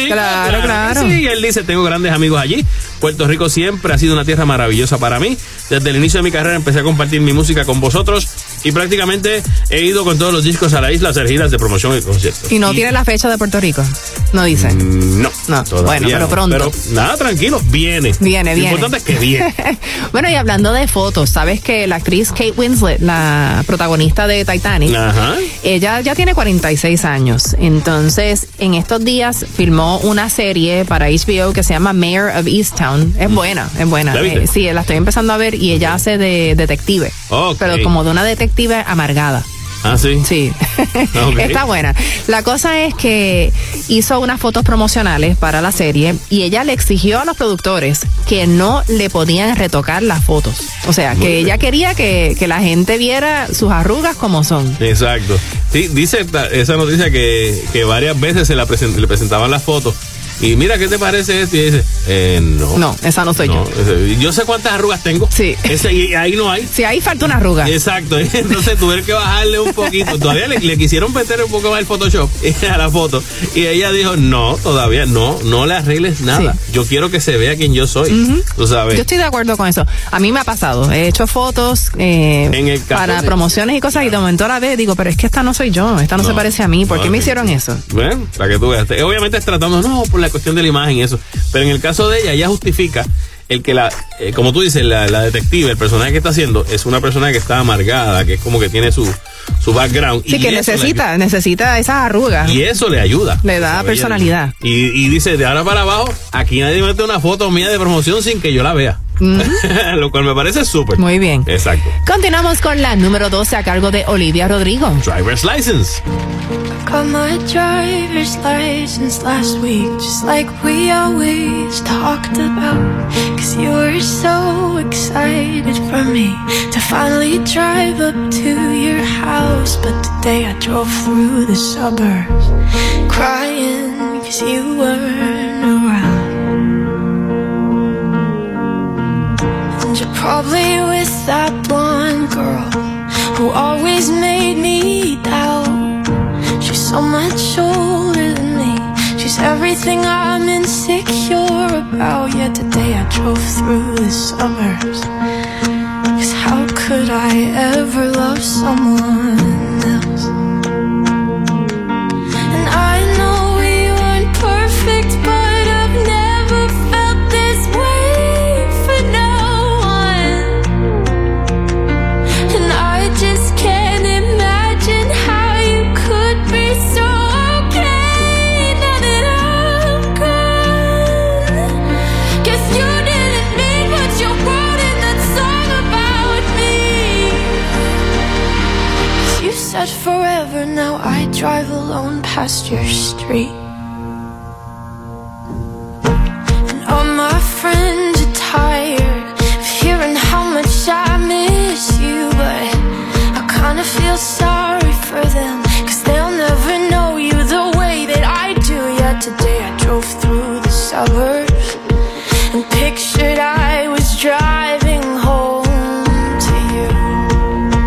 Claro. Sí, él dice: tengo grandes amigos allí. Puerto Rico siempre ha sido una tierra maravillosa para mí. Desde el inicio de mi carrera empecé a compartir mi música con vosotros y prácticamente he ido con todos los discos a la isla a hacer giras de promoción y conciertos. ¿Y no tiene la fecha de Puerto Rico? No dice. No. Bueno, pero pronto. Pero nada, tranquilo, viene. Lo importante es que viene. Bueno, y hablando de fotos, ¿sabes que la actriz Kate Winslet, la protagonista de Titanic, ella ya tiene 46 años? Entonces, en estos días filmó una serie para HBO que se llama Mayor of Easttown. Es buena. ¿La viste? Sí, la estoy empezando a ver y ella hace de detective. Okay. Pero como de una detective amargada. ¿Ah, sí? Sí. Okay. Está buena. La cosa es que hizo unas fotos promocionales para la serie y ella le exigió a los productores que no le podían retocar las fotos. O sea, que ella quería que la gente viera sus arrugas como son. Exacto. Sí, dice esa noticia que varias veces le presentaban las fotos. Y mira, ¿qué te parece esto? Y dice, no. No, esa no soy yo. Yo sé cuántas arrugas tengo. Sí. Y ahí no hay. Sí, ahí falta una arruga. Exacto. Entonces tuve que bajarle un poquito. Todavía le quisieron meter un poco más el Photoshop a la foto. Y ella dijo, no, todavía no le arregles nada. Sí. Yo quiero que se vea quién yo soy. Tú sabes. Yo estoy de acuerdo con eso. A mí me ha pasado. He hecho fotos para promociones y cosas y de momento la vez digo, pero es que esta no soy yo. Esta no se parece a mí. ¿Por qué me hicieron eso? Bueno, para que tú veas. Obviamente es tratando, por la cuestión de la imagen y eso, pero en el caso de ella justifica el que como tú dices, la detective, el personaje que está haciendo es una persona que está amargada, que es como que tiene su background. Sí, y que necesita esas arrugas. Y eso le ayuda. Le da personalidad. Y dice, de ahora para abajo, aquí nadie mete una foto mía de promoción sin que yo la vea. Lo cual me parece súper. Muy bien. Exacto. Continuamos con la número 12 a cargo de Olivia Rodrigo. Driver's License. Got my driver's license last week, just like we always talked about. 'Cause you were so excited for me to finally drive up to your house. But today I drove through the suburbs, crying 'cause you weren't around. And you're probably with that blonde girl who always made me doubt. She's so much older than me. She's everything I'm insecure about. Yet today I drove through the suburbs. 'Cause how could I ever love someone else? And I know we weren't perfect, but I've never felt this way for no one. And I just can't imagine how you could be so okay now that I'm gone. 'Cause you didn't mean what you wrote in that song about me. 'Cause you said forever, now I drive alone past your street. And all my friends are tired of hearing how much I miss you, but I kinda feel sorry for them, 'cause they'll never know you the way that I do. Yet today I drove through the suburbs and pictured I was driving home to you.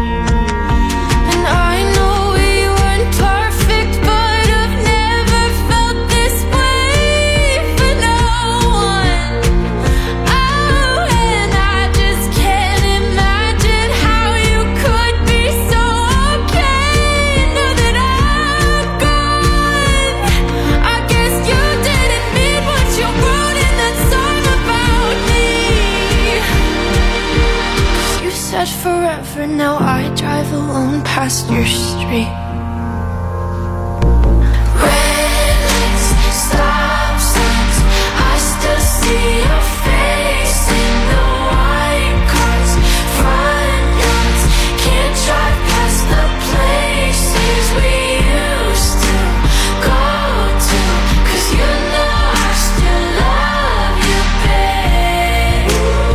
And I know we weren't perfect, but I've never felt now I drive alone past your street. Red lights, stop signs, I still see your face in the white cars, front yards, can't drive past the places we used to go to, 'cause you know I still love you, babe.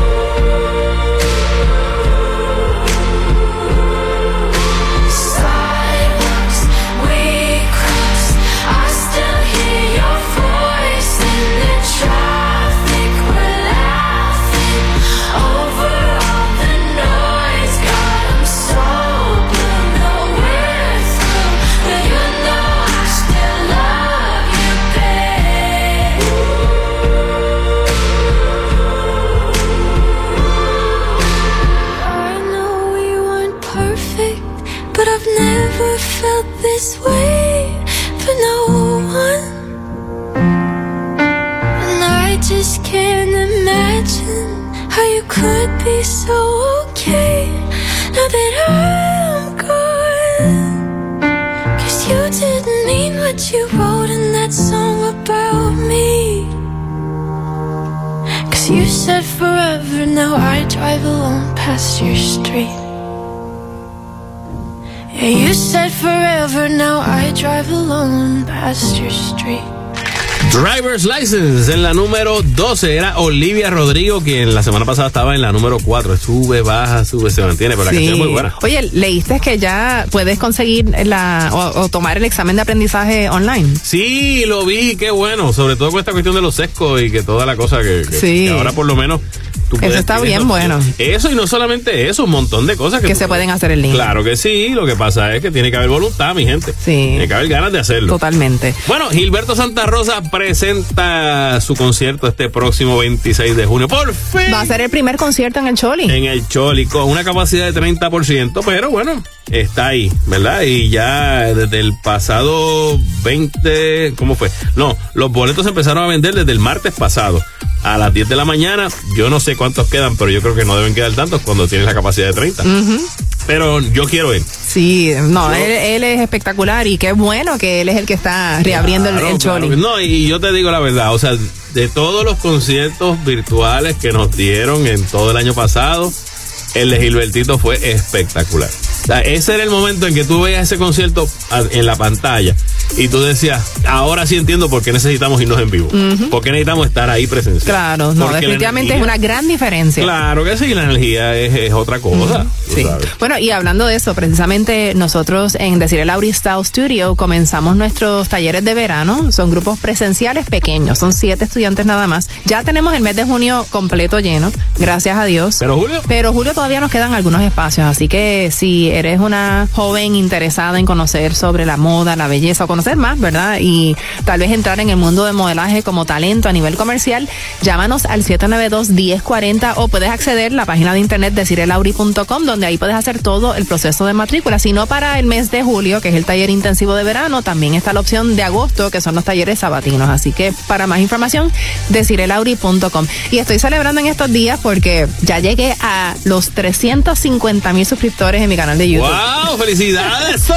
Sidewalks we cross, I still hear your voice in the traffic. We're laughing over all the noise. God, I'm so blue, no we're through, but you know I still love you, babe. I know we weren't perfect, but I've never felt this way for no one. And I just can't imagine how you could be so okay now that I'm gone. 'Cause you didn't mean what you wrote in that song about me. 'Cause you said forever, now I drive alone past your street. Yeah, you said forever, now I drive alone past your street. Driver's License en la número 12 era Olivia Rodrigo, quien la semana pasada estaba en la número 4. Sube, baja, sube, se mantiene, pero la canción es muy buena. Oye, ¿leíste que ya puedes conseguir o tomar el examen de aprendizaje online? Sí, lo vi, qué bueno, sobre todo con esta cuestión de los sescos y que toda la cosa que ahora por lo menos eso está bien bueno. Eso, y no solamente eso, un montón de cosas que se pueden hacer en línea. Claro que sí, lo que pasa es que tiene que haber voluntad, mi gente. Sí. Tiene que haber ganas de hacerlo. Totalmente. Bueno, Gilberto Santa Rosa presenta su concierto este próximo 26 de junio. ¡Por fin! Va a ser el primer concierto en el Choli. En el Choli, con una capacidad de 30%, pero bueno, está ahí, ¿verdad? Y ya desde el pasado 20, ¿cómo fue? No, los boletos empezaron a vender desde el martes pasado a las 10 de la mañana. Yo no sé cuántos quedan, pero yo creo que no deben quedar tantos cuando tienes la capacidad de 30. Pero yo quiero ir. Sí, no, él es espectacular y qué bueno que él es el que está reabriendo el Choli. No, y yo te digo la verdad, o sea, de todos los conciertos virtuales que nos dieron en todo el año pasado, el de Gilbertito fue espectacular. O sea, ese era el momento en que tú veías ese concierto en la pantalla y tú decías, ahora sí entiendo por qué necesitamos irnos en vivo. ¿Por qué necesitamos estar ahí presenciales? Claro, no, definitivamente es una gran diferencia. Claro que sí, la energía es otra cosa. Sí. Bueno, y hablando de eso, precisamente nosotros en Desiree Lauri Style Studio comenzamos nuestros talleres de verano. Son grupos presenciales pequeños, son 7 estudiantes nada más. Ya tenemos el mes de junio completo lleno, gracias a Dios. Pero julio todavía nos quedan algunos espacios, así que si eres una joven interesada en conocer sobre la moda, la belleza o conocer más, ¿verdad? Y tal vez entrar en el mundo de modelaje como talento a nivel comercial, llámanos al 792-1040 o puedes acceder a la página de internet desirelauri.com, donde ahí puedes hacer todo el proceso de matrícula. Si no, para el mes de julio, que es el taller intensivo de verano, también está la opción de agosto, que son los talleres sabatinos. Así que para más información, desirelauri.com. Y estoy celebrando en estos días porque ya llegué a los 350,000 suscriptores en mi canal de YouTube. ¡Wow! ¡Felicidades! ¡Eso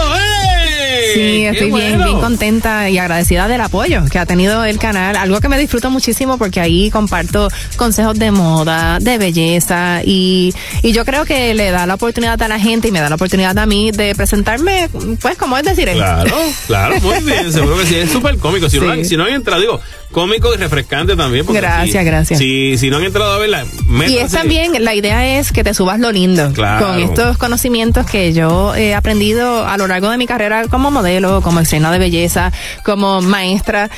es! Sí, estoy bien contenta y agradecida del apoyo que ha tenido el canal. Algo que me disfruto muchísimo porque ahí comparto consejos de moda, de belleza y yo creo que le da la oportunidad a la gente y me da la oportunidad a mí de presentarme, pues, como es decir. Claro, muy bien. Seguro que sí, es súper cómico. Si no han entrado, digo, cómico y refrescante también. Gracias. Si no han entrado a verla, y es también, la idea es que te subas lo lindo. Claro. Con estos conocimientos que yo he aprendido a lo largo de mi carrera como modelo, como estrella de belleza, como maestra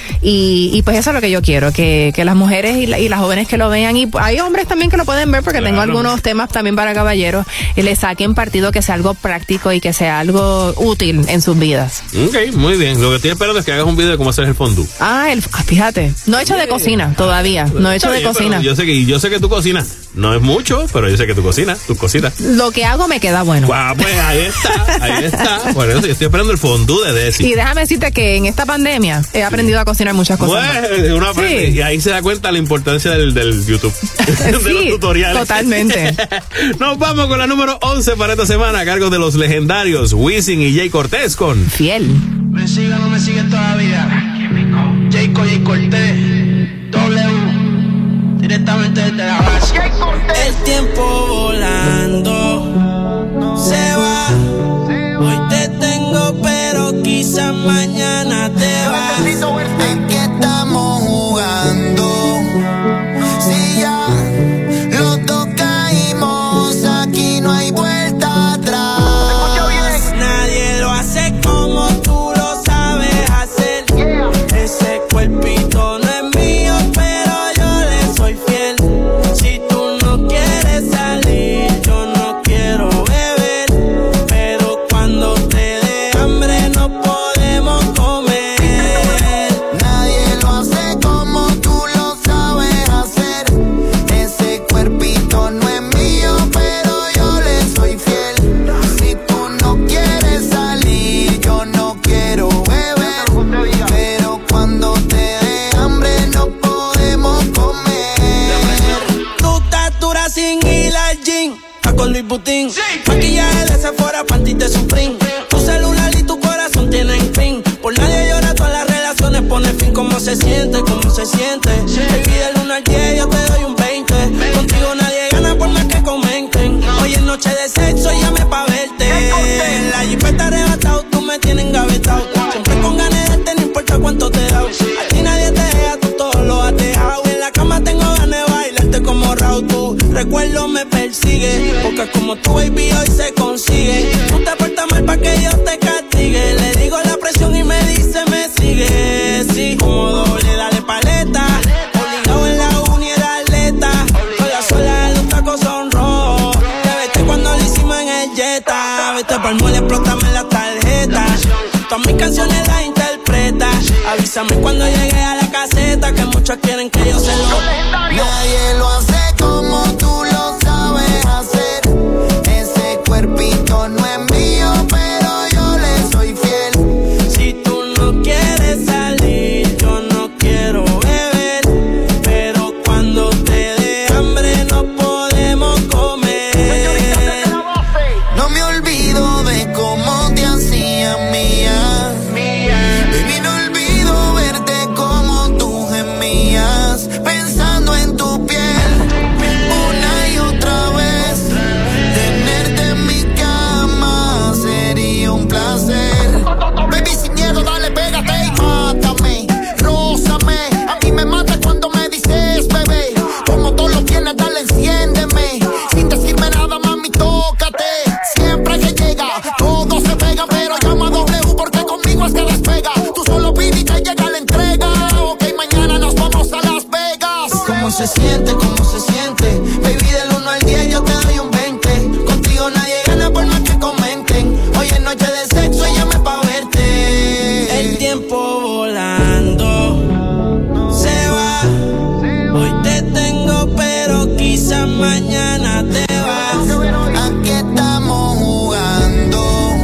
y pues eso es lo que yo quiero, que las mujeres y las jóvenes que lo vean, y hay hombres también que lo pueden ver porque tengo algunos temas también para caballeros, y le saquen partido, que sea algo práctico y que sea algo útil en sus vidas. Ok, muy bien. Lo que estoy esperando es que hagas un video de cómo hacer el fondue. Fíjate, no he hecho de cocina todavía, no he hecho de cocina. Yo sé que tú cocinas, no es mucho, pero yo sé que tú cocinas, tus cositas. Lo que hago me queda bueno. Pues ahí está. Por eso yo estoy esperando el fondue. con duda de decir. Y déjame decirte que en esta pandemia he aprendido a cocinar muchas cosas. Bueno, uno aprende, y ahí se da cuenta la importancia del YouTube. De los tutoriales. Totalmente. Nos vamos con la número 11 para esta semana a cargo de los legendarios Wisin y Jay Cortés con Fiel. Me sigue o no me sigue todavía. Jay Cortés, W, directamente desde la base. El tiempo volando se va. Hoy te tengo, pero quizás mañana te vas. ¿En qué estamos jugando? Si ya los dos caímos, aquí no hay vuelta atrás. Nadie lo hace como tú lo sabes hacer. Ese cuerpito no es mío, pero yo le soy fiel. Si tú no quieres salir, yo no quiero beber. Pero cuando te dé hambre no podemos comer. Nadie lo hace como tú lo sabes hacer. Ese cuerpito no es mío, pero yo le soy fiel. Si tú no quieres salir, yo no quiero beber. Pero cuando te dé hambre no podemos comer. Tu estatura sin ir al gym, está con Luis Butín. Maquillaje de Sephora, panty de Supreme. Tu celular y tu corazón tienen pin. Por nadie llora, todas las relaciones pone fin. ¿Cómo se siente? ¿Cómo se siente? Baby, del 1 al 10 yo te doy un 20. Contigo nadie gana por más que comenten. Hoy es noche de sexo, llame pa' verte. En la jipeta arrebatado, tú me tienes engavetado. Siempre con ganas de darte, no importa cuánto te da. A ti nadie te deja, tú todo lo has dejado. En la cama tengo ganas de bailarte como Raúl. Tu recuerdo me persigue, porque como tu baby hoy se consigue. Tú te portas mal pa' que yo te castigue. Le digo la presión y me dice me sigue. Sí, como doble, dale paleta. Obligado en la uni era atleta. Con la suela de los tacos son rojos. Te vete cuando lo hicimos en el Jetta. Vete pa'l mall, explótame la tarjeta. Todas mis canciones las interpreta. Avísame cuando llegue a la caseta, que muchos quieren que yo se lo. Nadie lo hace como tú lo sabes hacer. Ese cuerpito no es mío, pero yo le soy fiel. Si tú no quieres salir, yo no quiero beber. Pero cuando te dé hambre no podemos comer. No me olvido de cómo te hacía mía. Baby, no olvido verte como tú gemías, pensando en tu piel una y otra vez. Tenerte en mi cama sería un placer. Baby, sin miedo, dale, pégate y mátame, rózame. A mí me mata cuando me dices, bebé, como tú lo tienes, dale, enciéndeme. Sin decirme nada, mami, tócate. Siempre que llega, todo se pega, pero llama a W porque conmigo es que despega. Tú solo pides y te llega la entrega. Ok, mañana nos vamos a Las Vegas. ¿Cómo se siente? ¿Cómo se siente? Baby, del 1 al 10 yo te doy un 20. Contigo nadie gana por más que comenten. Hoy es noche de sexo y llame pa' verte. El tiempo volando se va. Hoy te tengo, pero quizás mañana te vas. ¿A qué estamos jugando?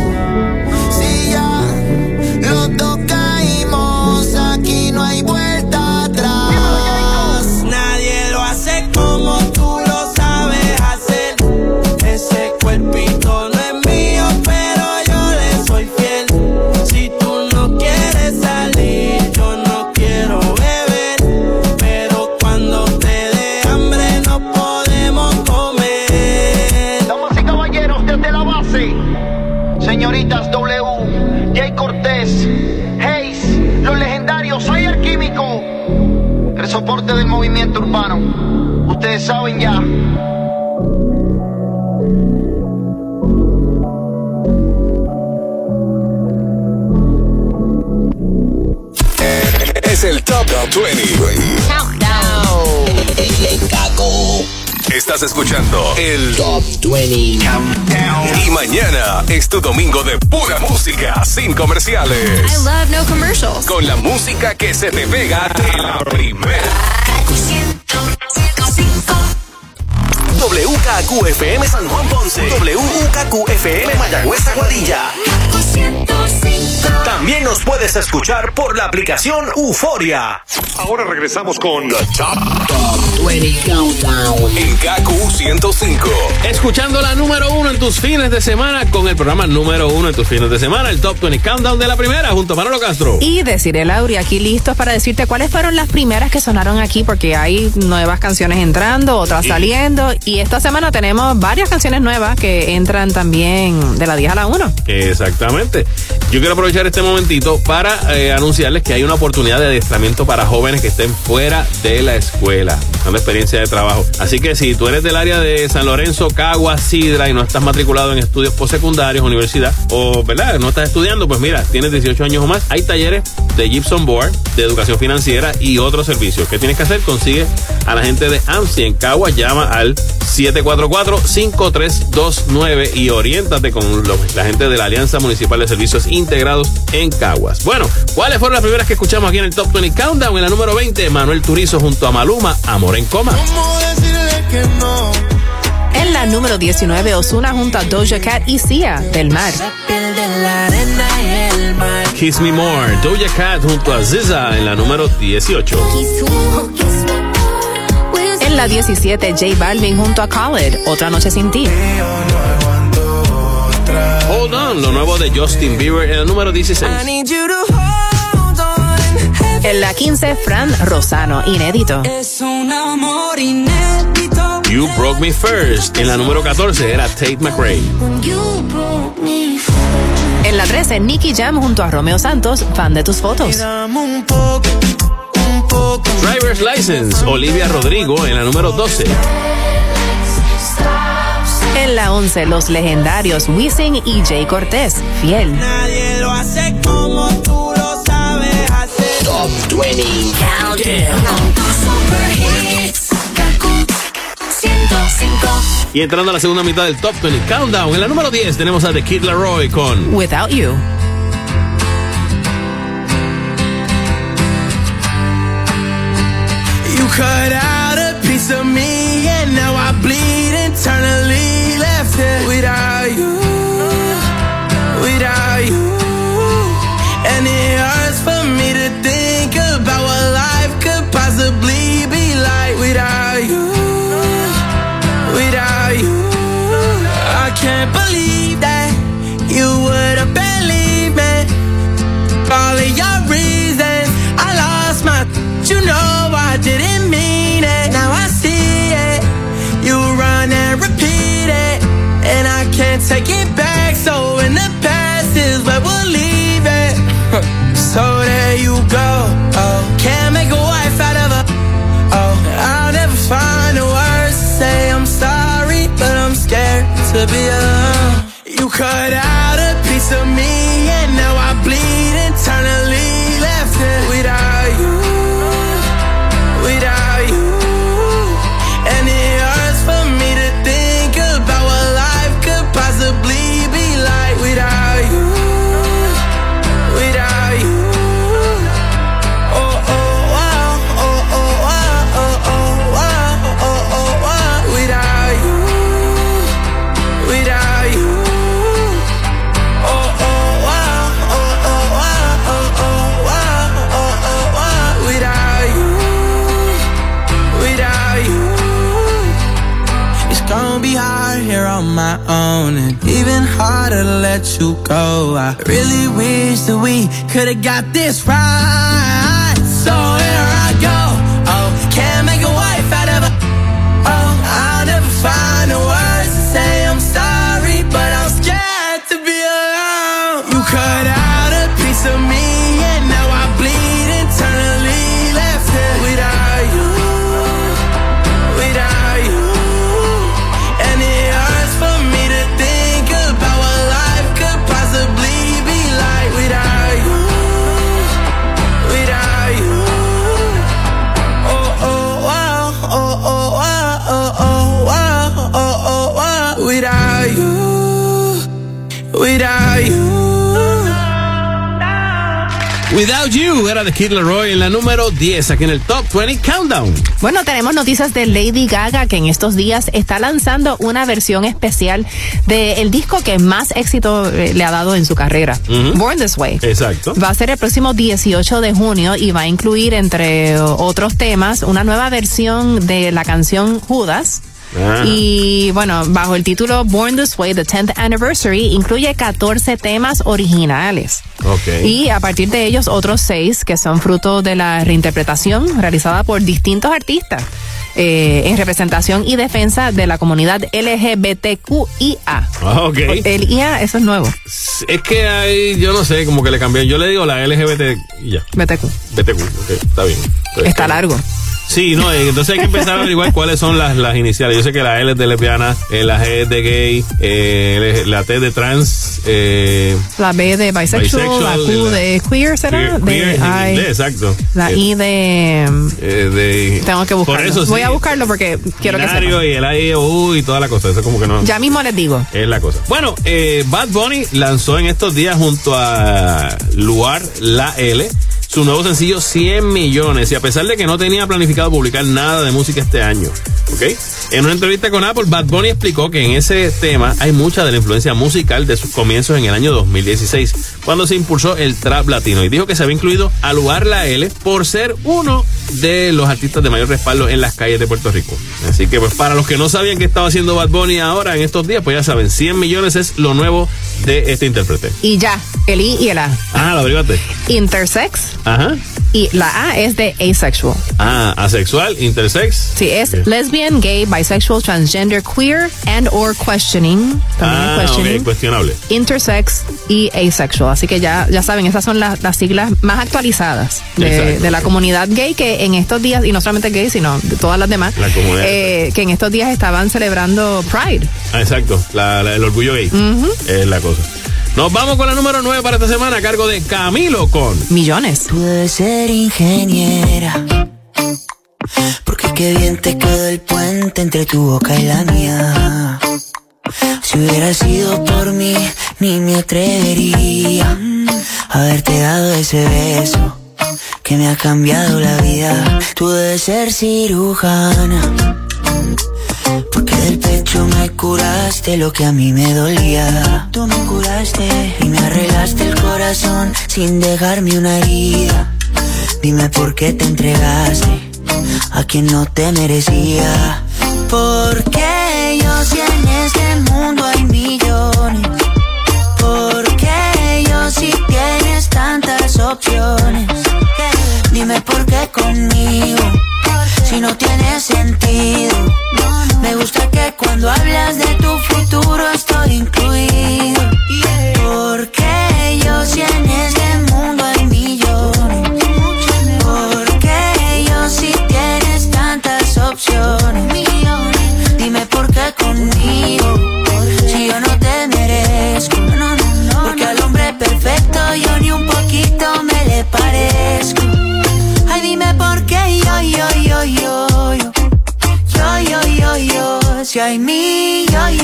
Si ya los dos caímos, aquí no hay vuelta atrás. Nadie lo hace como tú lo sabes hacer. Ese cuerpito no es mío, pero yo le soy fiel. Si tú no quieres salir, yo no quiero beber. Pero cuando te dé hambre no podemos comer. Damas y caballeros, desde la base, señoritas W, Jay Cortés, Hayes, los legendarios, soy el químico, el soporte del movimiento urbano. Ustedes saben ya. Es el Top 20. Countdown. Estás escuchando el Top 20 Countdown. Y mañana es tu domingo de pura música, sin comerciales. I love no commercials. Con la música que se te pega de la primera. WKQ-FM San Juan Ponce, WKQ-FM Mayagüez Aguadilla. 105. También nos puedes escuchar por la aplicación Euforia. Ahora regresamos con The Top 20 Countdown en KQ 105. Escuchando la número 1 en tus fines de semana con el programa número 1 en tus fines de semana, el Top 20 Countdown de la primera, junto a Manolo Castro. Y Desiree Lauri, aquí listos para decirte cuáles fueron las primeras que sonaron aquí, porque hay nuevas canciones entrando, otras saliendo, y esta semana tenemos varias canciones nuevas que entran también de la 10 a la 1. Exactamente. Yo quiero aprovechar este momentito para anunciarles que hay una oportunidad de adiestramiento para jóvenes que estén fuera de la escuela, buscando experiencia de trabajo. Así que si tú eres del área de San Lorenzo, Caguas, Sidra y no estás matriculado en estudios postsecundarios, universidad, o ¿verdad? No estás estudiando, pues mira, tienes 18 años o más, hay talleres de Gibson Board, de educación financiera y otros servicios. ¿Qué tienes que hacer? Consigue a la gente de AMSI en Caguas, llama al 744-5329 y oriéntate con la gente de la Alianza Municipal de Servicios Integrados en Caguas. Bueno, ¿cuáles fueron las primeras que escuchamos aquí en el Top 20 Countdown? En la número 20, Manuel Turizo junto a Maluma, Amor en Coma. ¿Cómo decirle que no? En la número 19, Ozuna junto a Doja Cat y Sia, Del Mar. Kiss Me More, Doja Cat junto a SZA en la número 18. En la 17, J Balvin junto a Khaled, Otra Noche Sin Ti. Hold On, lo nuevo de Justin Bieber en la número 16. En la 15, Fran Rosano, Inédito. Es un amor inédito. You Broke Me First en la número 14 era Tate McRae. En la 13, Nicky Jam junto a Romeo Santos, Fan de tus fotos. Driver's License, Olivia Rodrigo en la número 12. En la 11, los legendarios Wisin y Jay Cortés, Fiel. Nadie lo hace como tú lo sabes hacer. Top 20 Countdown. Y entrando a la segunda mitad del Top 20 Countdown, en la número 10 tenemos a The Kid Laroi con Without You. You cut out a piece of me and now I bleed internally. Left it without you, without you. And it hurts for me to think about what life could possibly be like without you, without you. I can't believe that you would have believed me. All of your reasons, I lost my, you know I didn't mean it. Now I see it, you run and repeat it, and I can't take it back. So in the past is where we'll leave it. So there you go. Oh, can't make a wife out of her. Oh, I'll never find the words to say I'm sorry, but I'm scared to be alone. You cut out a piece of me and now I bleed internally. Left it without you, without you. And it hurts for me to think about what life could possibly be like without you, without you. Oh, oh, wow, oh, oh, wow, oh, oh, wow, oh, oh, wow. Without you, without you. Oh, oh, wow, oh, oh, wow, oh, oh, wow, oh, oh, wow. Without you, without you. It's gonna be hard here on my own, and even harder to let you go. I really wish that we could've got this right. So here I go. Oh, can't make a wife out of her. Oh, I'll never find the words to say I'm sorry, but I'm scared to be alone. You cut out a piece of me and now I bleed internally. Left it without you, without you. And it hurts for me to think about what life could possibly be like without you, without you. Oh, oh, wow, oh, oh, wow, oh, oh, wow, oh, oh, wow. Without you, without you. Without You era de Kid Laroi en la número 10 aquí en el Top 20 Countdown. Bueno, tenemos noticias de Lady Gaga, que en estos días está lanzando una versión especial del disco que más éxito le ha dado en su carrera, Born This Way. Exacto. Va a ser el próximo 18 de junio y va a incluir, entre otros temas, una nueva versión de la canción Judas. Y bueno, bajo el título Born This Way, The 10th Anniversary, incluye 14 temas originales. Okay. Y a partir de ellos, otros 6 que son fruto de la reinterpretación realizada por distintos artistas en representación y defensa de la comunidad LGBTQIA. Okay. El IA, eso es nuevo. Es que hay, yo no sé, como que le cambié. Yo le digo la LGBT y ya. BTQ. Okay, está bien. Está largo. Sí, no, entonces hay que empezar a averiguar cuáles son las iniciales. Yo sé que la L es de lesbiana, la G es de gay, la T de trans, la B de bisexual, la Q de queer, ¿será? Queer en inglés, exacto. La I de tengo que buscarlo. Por eso, sí, voy a buscarlo porque quiero que sepa. Y el I, y toda la cosa, eso como que no. Ya mismo les digo. Es la cosa. Bueno, Bad Bunny lanzó en estos días junto a Luar La L su nuevo sencillo 100 millones, y a pesar de que no tenía planificado publicar nada de música este año, ¿ok? En una entrevista con Apple, Bad Bunny explicó que en ese tema hay mucha de la influencia musical de sus comienzos en el año 2016, cuando se impulsó el trap latino, y dijo que se había incluido a Luar La L por ser uno de los artistas de mayor respaldo en las calles de Puerto Rico. Así que pues para los que no sabían qué estaba haciendo Bad Bunny ahora en estos días, pues ya saben, 100 millones es lo nuevo de este intérprete. Y ya, el I y el A. Lo abrigaste. Intersex. Ajá. Y la A es de asexual. Asexual, intersex. Sí, es lesbian, gay, bisexual, transgender, queer, and or questioning. También questioning. Okay, cuestionable. Intersex y asexual. Así que ya saben, esas son las siglas más actualizadas de la comunidad gay, que en estos días, y no solamente gay, sino de todas las demás, que en estos días estaban celebrando Pride. Exacto, el orgullo gay. Es la cosa. Nos vamos con la número 9 para esta semana, a cargo de Camilo con Millones. Tú debes ser ingeniera, porque qué bien te quedó el puente entre tu boca y la mía. Si hubiera sido por mí, ni me atrevería a haberte dado ese beso que me ha cambiado la vida. Tú debes ser cirujana, porque del pecho me curaste lo que a mí me dolía. Tú me curaste y me arreglaste el corazón sin dejarme una herida. Dime por qué te entregaste a quien no te merecía. Porque yo si en este mundo hay millones. Porque yo si tienes tantas opciones. Dime por qué conmigo, si no tiene sentido. Me gusta que cuando hablas de tu futuro estoy incluido. Porque yo si en este mundo hay millones. Porque yo si tienes tantas opciones. Dime por qué conmigo, si yo no te merezco. Porque al hombre perfecto yo ni un poquito me le parezco. Ay, dime por qué yo, si hay millones.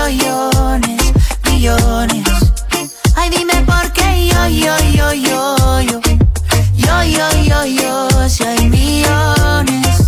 Ay, dime por qué yo, si hay millones.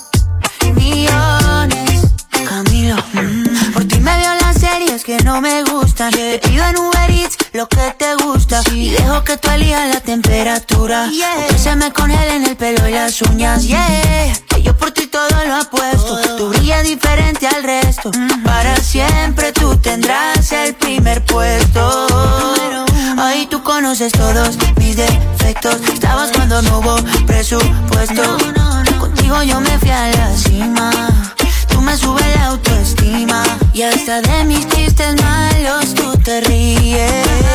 Camilo, por ti me veo las series que no me gustan. Te pido en Uber Eats lo que te gusta y dejo que tú elijas la temperatura. Que se me congelen el pelo y las uñas, que yo por ti todo lo apuesto. Tú brillas diferente al resto. Para siempre tú tendrás el primer puesto. Ay, tú conoces todos mis defectos. Estabas cuando no hubo presupuesto. Contigo yo me fui a la cima. Tú me subes la autoestima. Y hasta de mis chistes malos tú te ríes.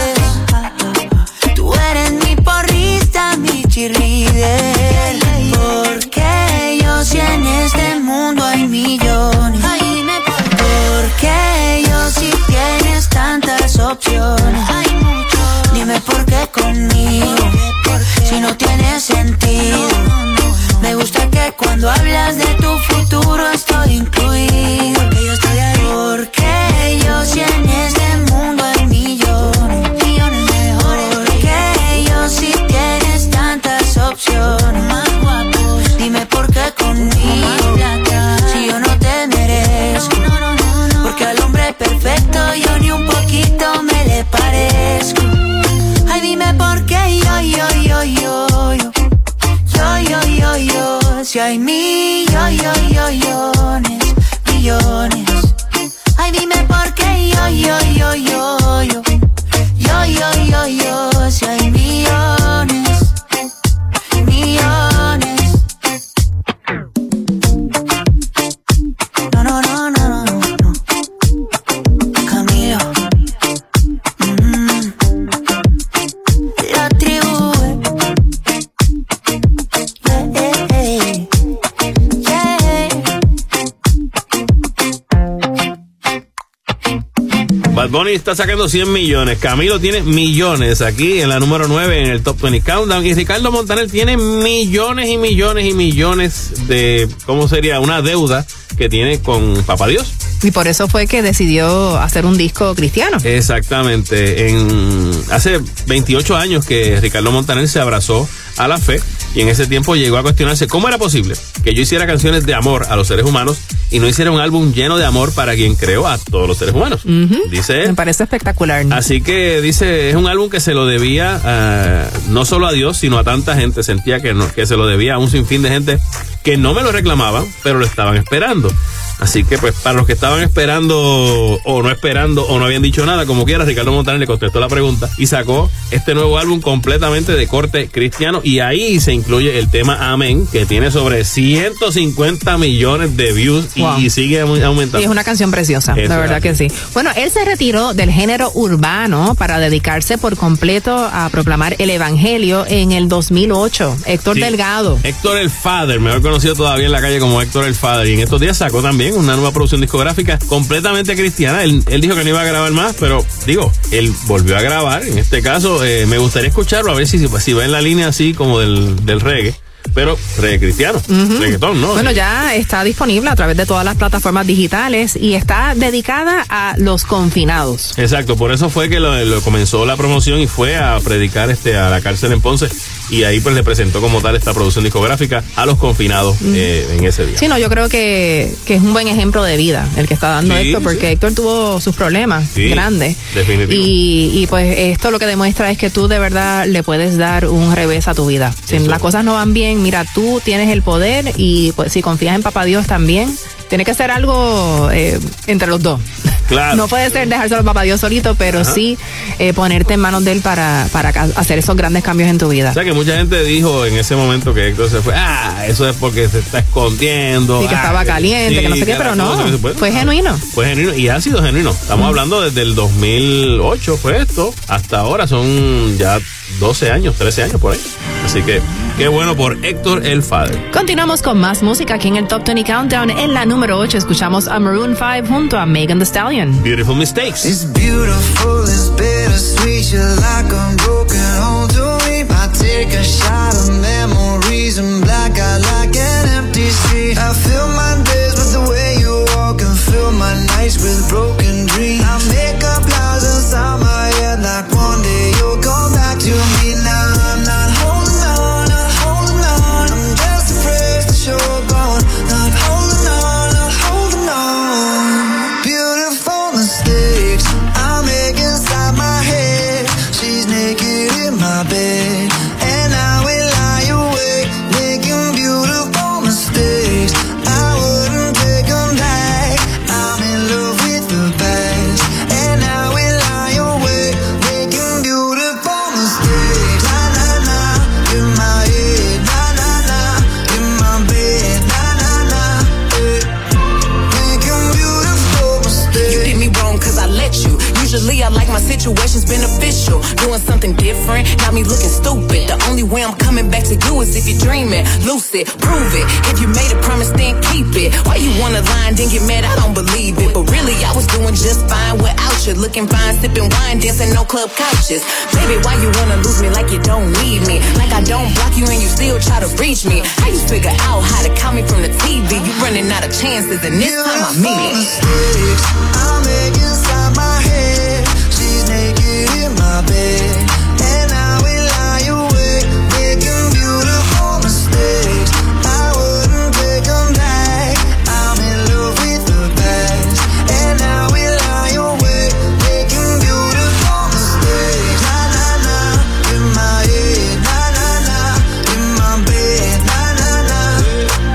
Tú eres mi porrista, mi cheerleader. Porque yo si en este mundo hay millones. Porque yo si tienes tantas opciones. Dime por qué conmigo, si no tiene sentido. Me gusta que cuando hablas de tu futuro estoy incluido. Porque yo si en este mundo hay millones. Porque yo si tienes Si hay millones, ay dime por qué yo, si hay millones. No. Camilo. La tribu. Bad Bunny está sacando 100 millones. Camilo tiene millones aquí en la número 9 en el Top 20 Countdown. Y Ricardo Montaner tiene millones y millones y millones de, ¿cómo sería? Una deuda que tiene con Papá Dios. Y por eso fue que decidió hacer un disco cristiano. Exactamente. Hace 28 años que Ricardo Montaner se abrazó a la fe y en ese tiempo llegó a cuestionarse cómo era posible que yo hiciera canciones de amor a los seres humanos y no hiciera un álbum lleno de amor para quien creó a todos los seres humanos. Dice él. Me parece espectacular, ¿no? Así que dice, es un álbum que se lo debía no solo a Dios, sino a tanta gente. Sentía que se lo debía a un sinfín de gente que no me lo reclamaban, pero lo estaban esperando. Así que pues para los que estaban esperando o no habían dicho nada, como quiera, Ricardo Montaner le contestó la pregunta y sacó este nuevo álbum completamente de corte cristiano, y ahí se incluye el tema Amén, que tiene sobre 150 millones de views. Wow. y sigue aumentando. Y es una canción preciosa, la verdad que sí. Bueno, él se retiró del género urbano para dedicarse por completo a proclamar el evangelio en el 2008. Héctor Delgado. Héctor el Father, mejor conocido todavía en la calle como Héctor el Father, y en estos días sacó también una nueva producción discográfica completamente cristiana. Él dijo que no iba a grabar más, pero él volvió a grabar. En este caso, me gustaría escucharlo, a ver si va en la línea así como del reggae. Pero reggae cristiano, reggaetón, ¿no? Bueno, ya está disponible a través de todas las plataformas digitales y está dedicada a los confinados. Exacto, por eso fue que lo comenzó la promoción y fue a predicar a la cárcel en Ponce, y ahí pues le presentó como tal esta producción discográfica a los confinados en ese día. Sí, no, yo creo que es un buen ejemplo de vida el que está dando Héctor, porque Héctor tuvo sus problemas grandes. Definitivo. Y pues esto lo que demuestra es que tú de verdad le puedes dar un revés a tu vida. Si las cosas no van bien, mira, tú tienes el poder, y pues si confías en Papá Dios también, tiene que ser algo entre los dos. Claro. No puede ser dejárselo a Papá Dios solito, pero sí ponerte en manos de él para hacer esos grandes cambios en tu vida. O sea, que mucha gente dijo en ese momento que Héctor se fue, eso es porque se está escondiendo. Y que estaba caliente, que no sé qué, pero no, fue genuino. Fue genuino y ha sido genuino. Estamos hablando desde el 2008, fue esto, hasta ahora son ya 12 años, 13 años por ahí. Así que qué bueno por Héctor el Father. Continuamos con más música aquí en el Top 20 Countdown. En la número 8 escuchamos a Maroon 5 junto a Megan Thee Stallion. Beautiful Mistakes. It's beautiful, it's bittersweet. You're like a broken home to me. I take a shot of memories and black out like an empty street. I fill my days with the way you walk and fill my nights with broken dreams. I make up lies inside my head like one day you'll come back to me. Now I'm not holding on, not holding on. I'm just afraid that you're gone. Not holding on, not holding on. Beautiful mistakes I make inside my head. She's naked in my bed, and I will lie awake, making beautiful mistakes. I wouldn't take them back. I'm in love with the past, and I will lie awake, making beautiful mistakes. Na na na, in my head. Na na na, in my bed. Na na na, making beautiful mistakes. You did me wrong 'cause I let you. Usually I like my situations beneficial. Doing something different, not me looking stupid. The only way I'm coming back to you is if you're dreaming. Lucid, prove it. If you made a promise, then keep it. Why you wanna lie and then get mad? I don't believe it. But really, I was doing just fine without you. Looking fine, sipping wine, dancing no club couches. Baby, why you wanna lose me like you don't need me? Like I don't block you and you still try to reach me. How you figure out how to count me from the TV? You running out of chances and this time I mean it. I make inside my head. She's naked in my bed, and I will lie awake, making beautiful mistakes. I wouldn't take them back. I'm in love with the past, and I will lie awake, making beautiful mistakes. Na na na, in my head. Na na na, in my bed. Na na na.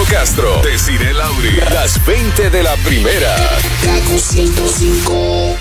Manolo Castro, Desiree Lauri, las 20 de la primera. Kaku 105.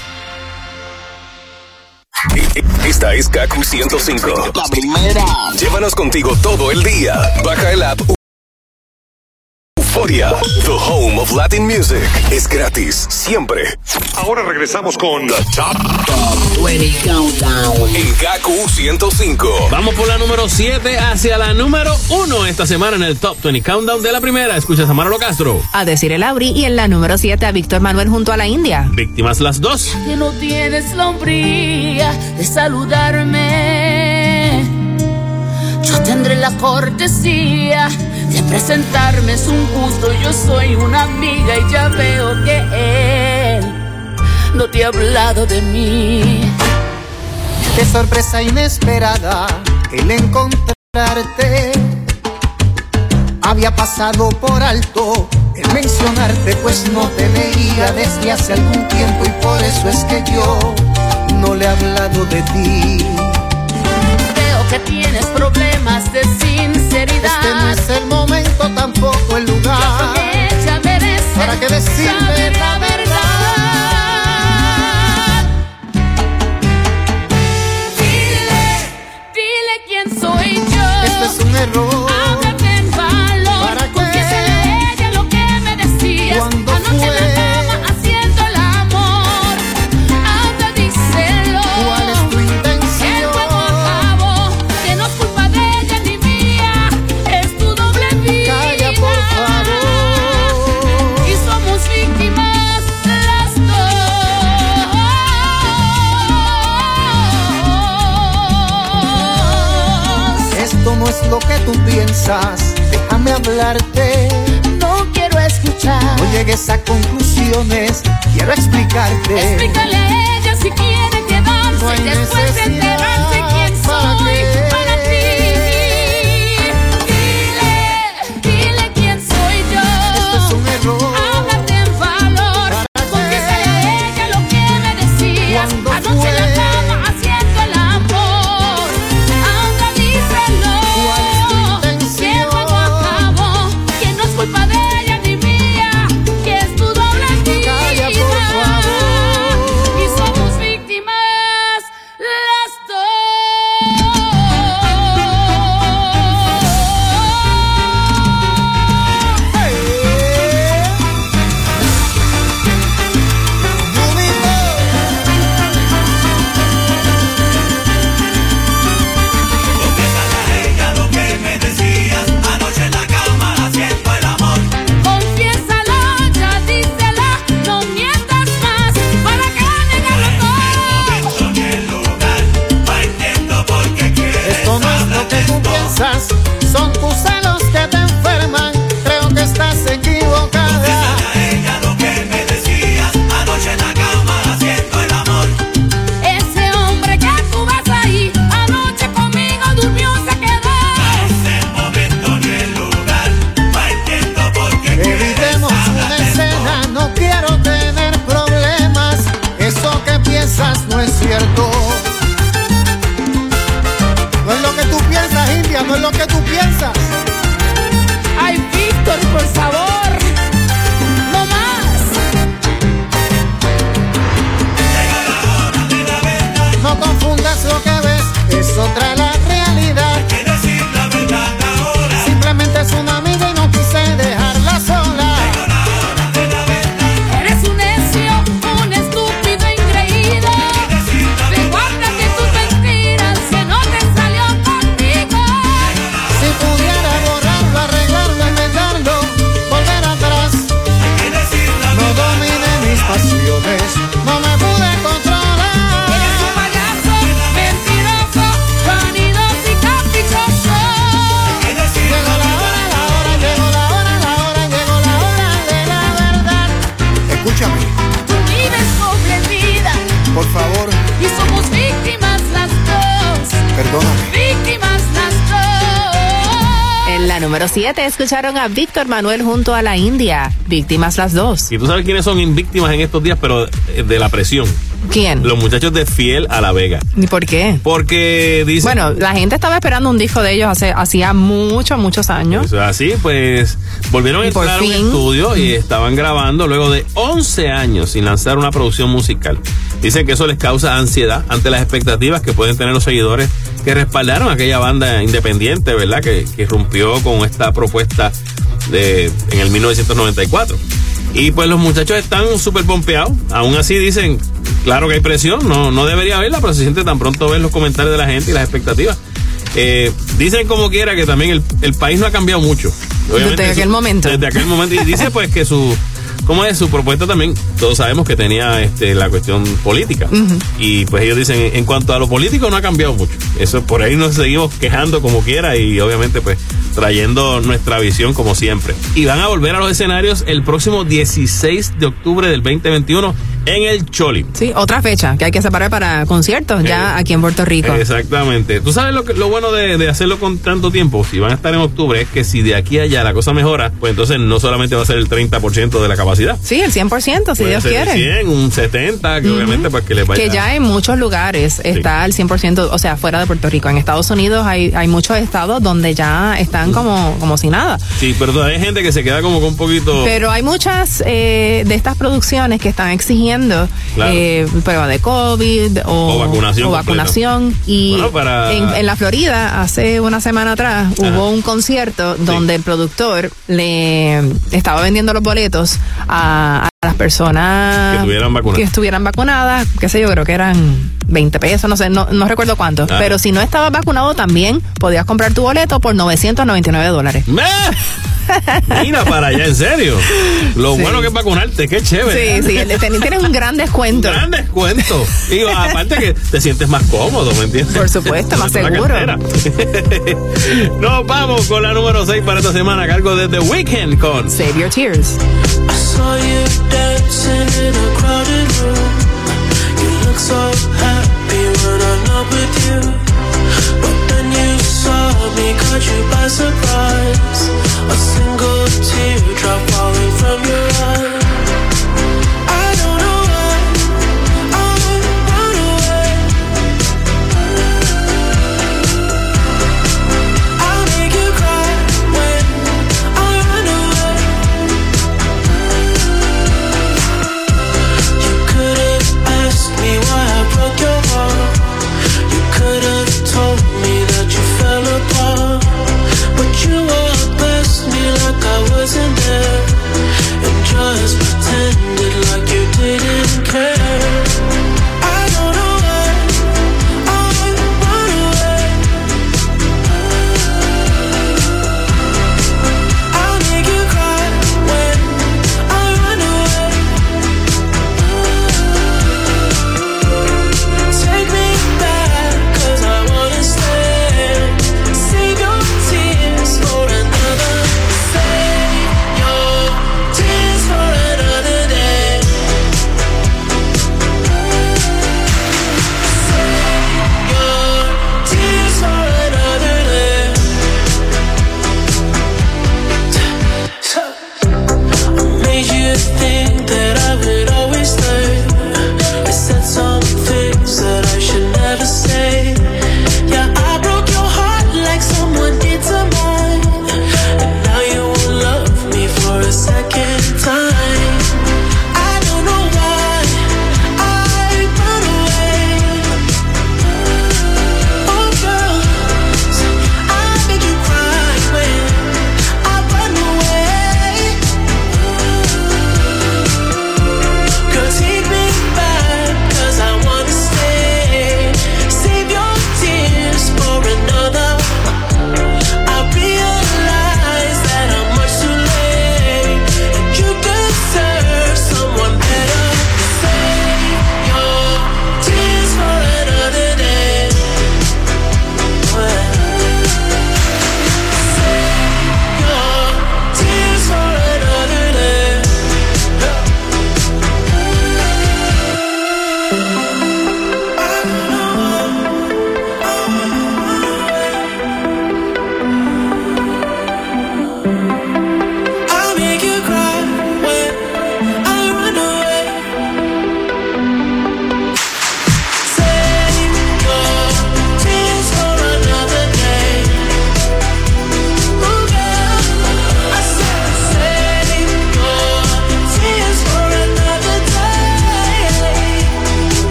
Esta es Kaku 105. La primera. Llévanos contigo todo el día. Baja el app Euforia, the home of Latin music. Es gratis, siempre. Ahora regresamos con The Top 20 Countdown en Kaku 105. Vamos por la número 7 hacia la número 1 esta semana en el Top 20 Countdown de la primera. Escuchas a Manolo Castro, a Desiree Lauri, y en la número 7 a Víctor Manuel junto a la India. Víctimas las dos. Que no tienes la hombría de saludarme. Yo tendré la cortesía de presentarme, es un gusto, yo soy una amiga y ya veo que él no te ha hablado de mí. Qué sorpresa inesperada el encontrarte. Había pasado por alto el mencionarte, pues no te veía desde hace algún tiempo y por eso es que yo no le he hablado de ti. Veo que tienes problemas de sinceridad. Este no es el momento, tampoco el lugar. Yo con ella merece para que decirme la verdad. Dile quién soy yo. Esto es un error. Háblate en valor. ¿Para qué? Confiésale a ella lo que me decías. ¿Cuándo Anoche fue? en la cama haciendo el amor. Habla, díselo. ¿Cuál es tu intención? Que luego acabo, que no es culpa de ella ni mía, es tu doble vida. Calla, por favor. Y somos víctimas las dos. Esto no es lo que tú piensas, déjame hablarte. No quiero escuchar. No llegues a conclusiones, quiero explicarte. Explícale a ella si quiere quedarse No hay después de necesidad. enterarse quién ¿Para soy qué? para ti. Dile quién soy yo. Esto es un error. Háblate en valor. Confiésale a ella lo que me decías. ¿Cuándo Anoche en la fue? cama haciendo el amor. Ahora díselo. ¿Cuál es tu intención? Que luego acabo, que no es culpa de ella ni mía, que es tu doble vida. Calla, por favor. Y somos víctimas las dos. número 7 escucharon a Víctor Manuel junto a la India. Víctimas las dos. ¿Y tú sabes quiénes son víctimas en estos días, pero de la presión? ¿Quién? Los muchachos de Fiel a la Vega. ¿Y por qué? Porque dicen... Bueno, la gente estaba esperando un disco de ellos hacía muchos años. Eso es así, pues volvieron a entrar a un estudio y estaban grabando luego de 11 años sin lanzar una producción musical. Dicen que eso les causa ansiedad ante las expectativas que pueden tener los seguidores que respaldaron a aquella banda independiente, ¿verdad? Que rompió con esta propuesta en el 1994. Y pues los muchachos están súper pompeados. Aún así dicen, claro que hay presión, no debería haberla, pero se siente tan pronto ver los comentarios de la gente y las expectativas. Dicen como quiera que también el país no ha cambiado mucho. Obviamente, desde aquel momento. Y dice pues que su propuesta también, todos sabemos que tenía la cuestión política. Uh-huh. Y pues ellos dicen, en cuanto a lo político no ha cambiado mucho. Eso por ahí nos seguimos quejando como quiera y obviamente pues trayendo nuestra visión como siempre. Y van a volver a los escenarios el próximo 16 de octubre del 2021 en el Choli. Sí, otra fecha que hay que separar para conciertos ya aquí en Puerto Rico. Exactamente. ¿Tú sabes lo bueno de hacerlo con tanto tiempo? Si van a estar en octubre, es que si de aquí a allá la cosa mejora, pues entonces no solamente va a ser el 30% de la capacidad. Sí, el 100%, si Dios quiere. 100, un 70%, que obviamente para que les vaya. Que ya en muchos lugares está el 100%, o sea, fuera de Puerto Rico. En Estados Unidos hay muchos estados donde ya están como si nada. Sí, pero todavía hay gente que se queda como con un poquito... Pero hay muchas de estas producciones que están exigiendo prueba de COVID o vacunación. Y bueno, en la Florida, hace una semana atrás, hubo un concierto donde el productor le estaba vendiendo los boletos a las personas que estuvieran vacunadas, qué sé yo, creo que eran 20 pesos, no sé, no recuerdo cuánto. Pero si no estabas vacunado también podías comprar tu boleto por $999. Mira para allá, en serio. Lo bueno que es vacunarte, qué chévere. Sí, tienes un gran descuento. Un gran descuento. Digo, aparte que te sientes más cómodo, ¿me entiendes? Por supuesto, más seguro. Nos vamos con la número 6 para esta semana a cargo de The Weeknd con Save Your Tears. I saw you dancing in a crowded room. You look so happy when I'm not with you. But then you saw me, caught you by surprise. A single teardrop falling from your eye. I don't know why I would run away. I'll make you cry when I run away. You could have asked me why I broke your heart. You could have told me that you fell apart. But you walked past me like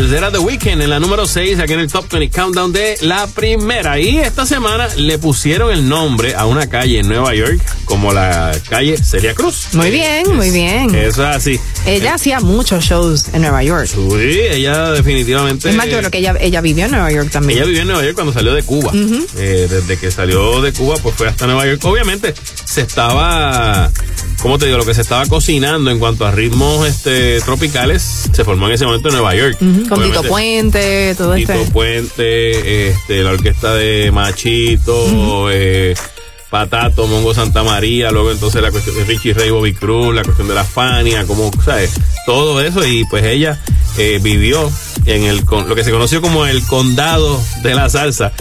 era The Weeknd en la número 6, aquí en el Top 20 Countdown de la primera. Y esta semana le pusieron el nombre a una calle en Nueva York como la calle Celia Cruz. Muy bien, muy bien. Eso es así. Ella hacía muchos shows en Nueva York. Sí, ella definitivamente... Es más, yo creo que ella vivió en Nueva York también. Ella vivió en Nueva York cuando salió de Cuba. Desde que salió de Cuba, pues fue hasta Nueva York. Obviamente, se estaba... ¿Cómo te digo? Lo que se estaba cocinando en cuanto a ritmos tropicales se formó en ese momento en Nueva York. Con Tito Puente, todo esto. Tito Puente, la orquesta de Machito, Patato, Mongo Santa María, luego entonces la cuestión de Richie Ray, Bobby Cruz, la cuestión de la Fania, como, ¿sabes? Todo eso, y pues ella vivió en lo que se conoció como el condado de la salsa,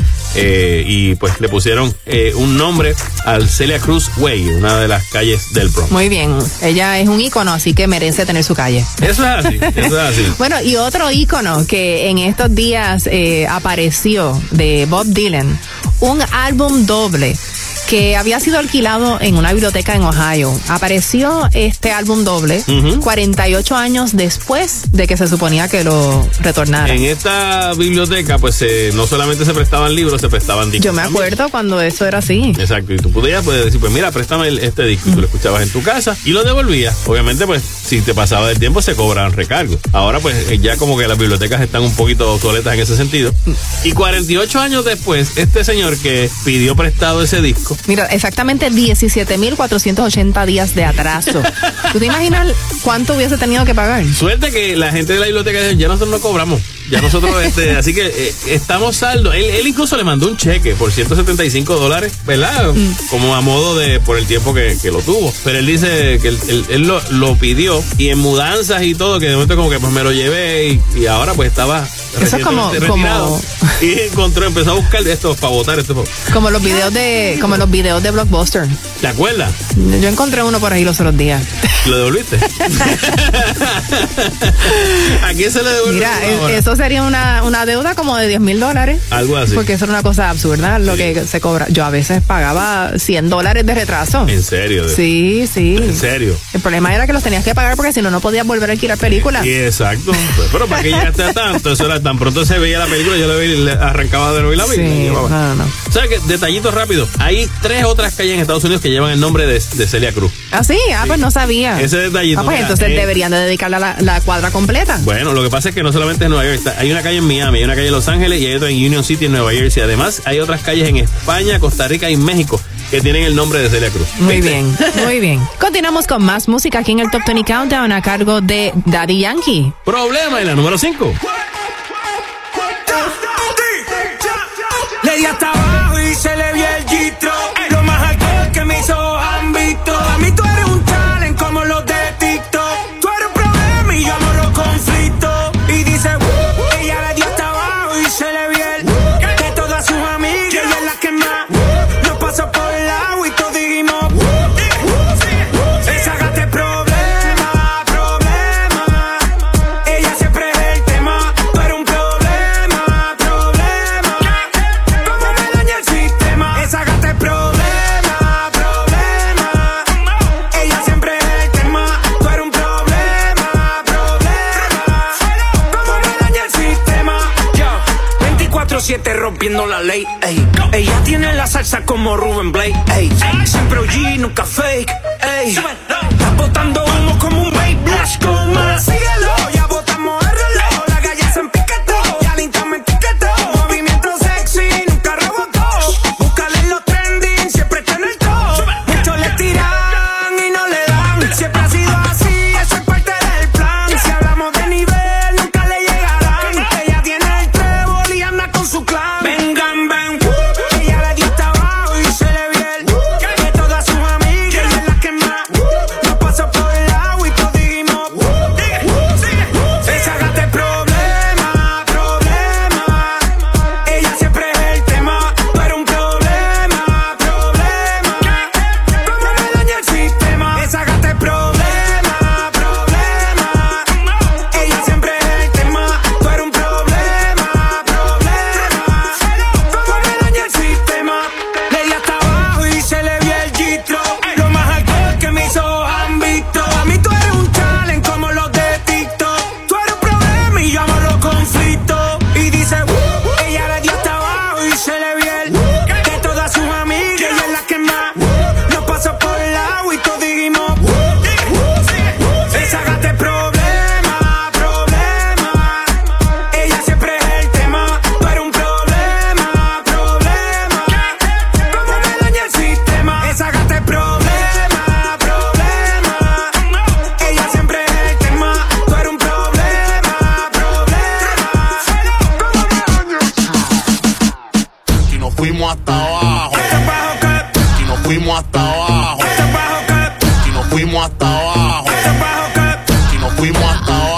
y pues le pusieron un nombre al Celia Cruz Way, una de las calles del Bronx. Muy bien, ella es un ícono, así que merece tener su calle. Eso es así, eso es así. Bueno, y otro ícono que en estos días apareció de Bob Dylan, un álbum doble que había sido alquilado en una biblioteca en Ohio. Apareció este álbum doble 48 años después de que se suponía que lo retornara. En esta biblioteca, pues no solamente se prestaban libros, se prestaban discos. Yo me acuerdo cuando eso era así. Exacto, y tú podías decir, pues mira, préstame este disco, y tú lo escuchabas en tu casa y lo devolvías. Obviamente, pues si te pasaba del tiempo se cobraban recargos. Ahora, pues ya como que las bibliotecas están un poquito obsoletas en ese sentido. Y 48 años después, este señor que pidió prestado ese disco, mira, exactamente 17,480 días de atraso. ¿Tú te imaginas cuánto hubiese tenido que pagar? Suerte que la gente de la biblioteca dijo, ya nosotros no cobramos. Ya nosotros, así que estamos saldos. Él incluso le mandó un cheque por $175, ¿verdad? Como a modo de, por el tiempo que lo tuvo. Pero él dice que él lo pidió, y en mudanzas y todo, que de momento como que pues me lo llevé y ahora pues estaba recientemente retirado. Y empezó a buscar esto para votar esto. Como los videos de Blockbuster. ¿Te acuerdas? Yo encontré uno por ahí los otros días. ¿Lo devolviste? ¿A quién se le devolvió? Mira, eso sería una deuda como de $10,000. Algo así. Porque eso era una cosa absurda lo que se cobra. Yo a veces pagaba $100 de retraso. ¿En serio? Sí. ¿En serio? El problema era que los tenías que pagar porque si no, no podías volver a alquilar películas. Sí, exacto. Pero para que llegaste a tanto, eso era tan pronto se veía la película, yo le arrancaba de nuevo y la veía. Sí, no. ¿Sabes qué? Detallito rápido. Hay 3 otras calles en Estados Unidos que llevan el nombre de Celia Cruz. ¿Ah, sí? Pues no sabía. Ese detallito. Pues entonces deberían de dedicarle la cuadra completa. Bueno, lo que pasa es que no solamente en Nueva York, hay una calle en Miami, hay una calle en Los Ángeles y hay otra en Union City, en Nueva Jersey. Además, hay otras calles en España, Costa Rica y México que tienen el nombre de Celia Cruz. Muy bien, muy bien. Continuamos con más música aquí en el Top 20 Countdown a cargo de Daddy Yankee. Problema en la número 5. Le di hasta abajo y se le vio el gistro. Lo más alto que mis ojos han visto. A mí tú eres un talent como los de TikTok. Tú eres un problema y yo amo los conflictos. Y dice, ella le dio hasta abajo y se le vio el de todas sus amigas, ella es la que más nos pasó por el agua y todos dijimos, esa gata es problema, problema. Ella siempre es el tema. Tú eres un problema, problema. Cómo me daña el sistema. Esa gata es problema, problema. Ella siempre es el tema. Tú eres un problema, problema. Cómo me daña el sistema. Yo, 24/7 rompiendo la ley. Ey. Ella tiene la salsa como Rubén Blake. Ey. Siempre OG, nunca fake. Ey. Está botando humo como un babe. Let's go, man. Síguelo. Ya botamos el reloj. La galla se empiquetó. Ya Linta me etiquetó. Movimiento sexy, nunca rebotó. Búscale en los trending, siempre está en el top. Muchos le tiran y no le dan. Siempre ha sido así, eso es parte del plan. Si hablamos de nivel, nunca le llegarán. Ella tiene el trébol y anda con su clan. Vengan, ven. Ella le dio hasta abajo y se le vio el de todas sus amigas, ella es la que más nos pasó por el agua y todos dijimos, fuimos hasta abajo. Y nos fuimos hasta abajo. Y nos fuimos hasta abajo. Y nos fuimos hasta abajo.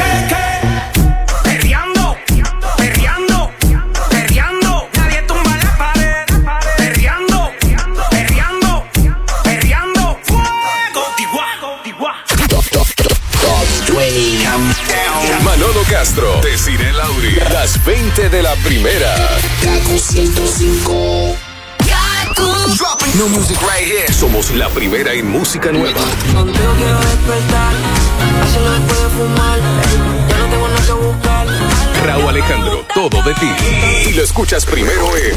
Manolo Castro, Desiree Lauri, las 20 de la primera. Kaku 105. No music right here. Somos la primera en música nueva. Contigo quiero despertar, hacerlo después de fumar. Ya no tengo nada que buscar. Raúl Alejandro, todo de ti. Y lo escuchas primero en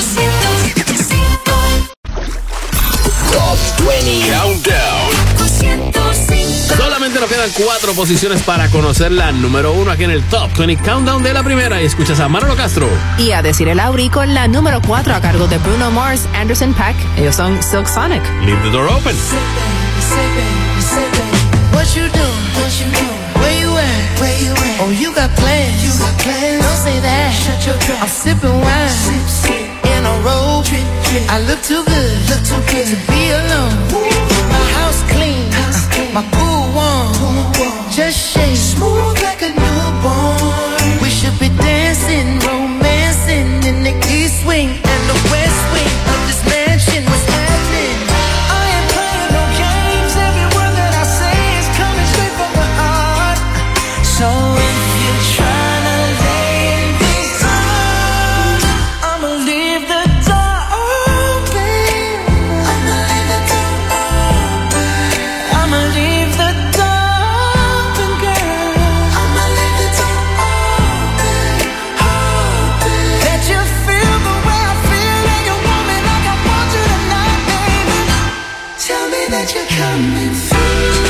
Top 20 Countdown. Solamente nos quedan 4 posiciones para conocer la número 1 aquí en el Top 20 Countdown de la primera. Y escuchas a Manolo Castro y a Desiree Lauri con la número 4 a cargo de Bruno Mars, Anderson .Paak. Ellos son Silk Sonic. Leave the Door Open. What you doing? Where you at? Oh, you got plans. Don't say that. I'm sipping wine in a robe. I look too good to be alone. My house clean, my pool warm. Just shake smooth like a newborn. We should be dancing, romancing in the east wing and the west wing of this mansion. What's happening? I ain't playing no games. Every word that I say is coming straight from the heart. So if you're trying to lay in this time, I'ma leave the door open. I'ma leave the door open. I'ma leave the door open, girl. I'ma leave the door open, open. Let you feel the way I feel, and you want me like I want you tonight, baby. Tell me that you're coming through.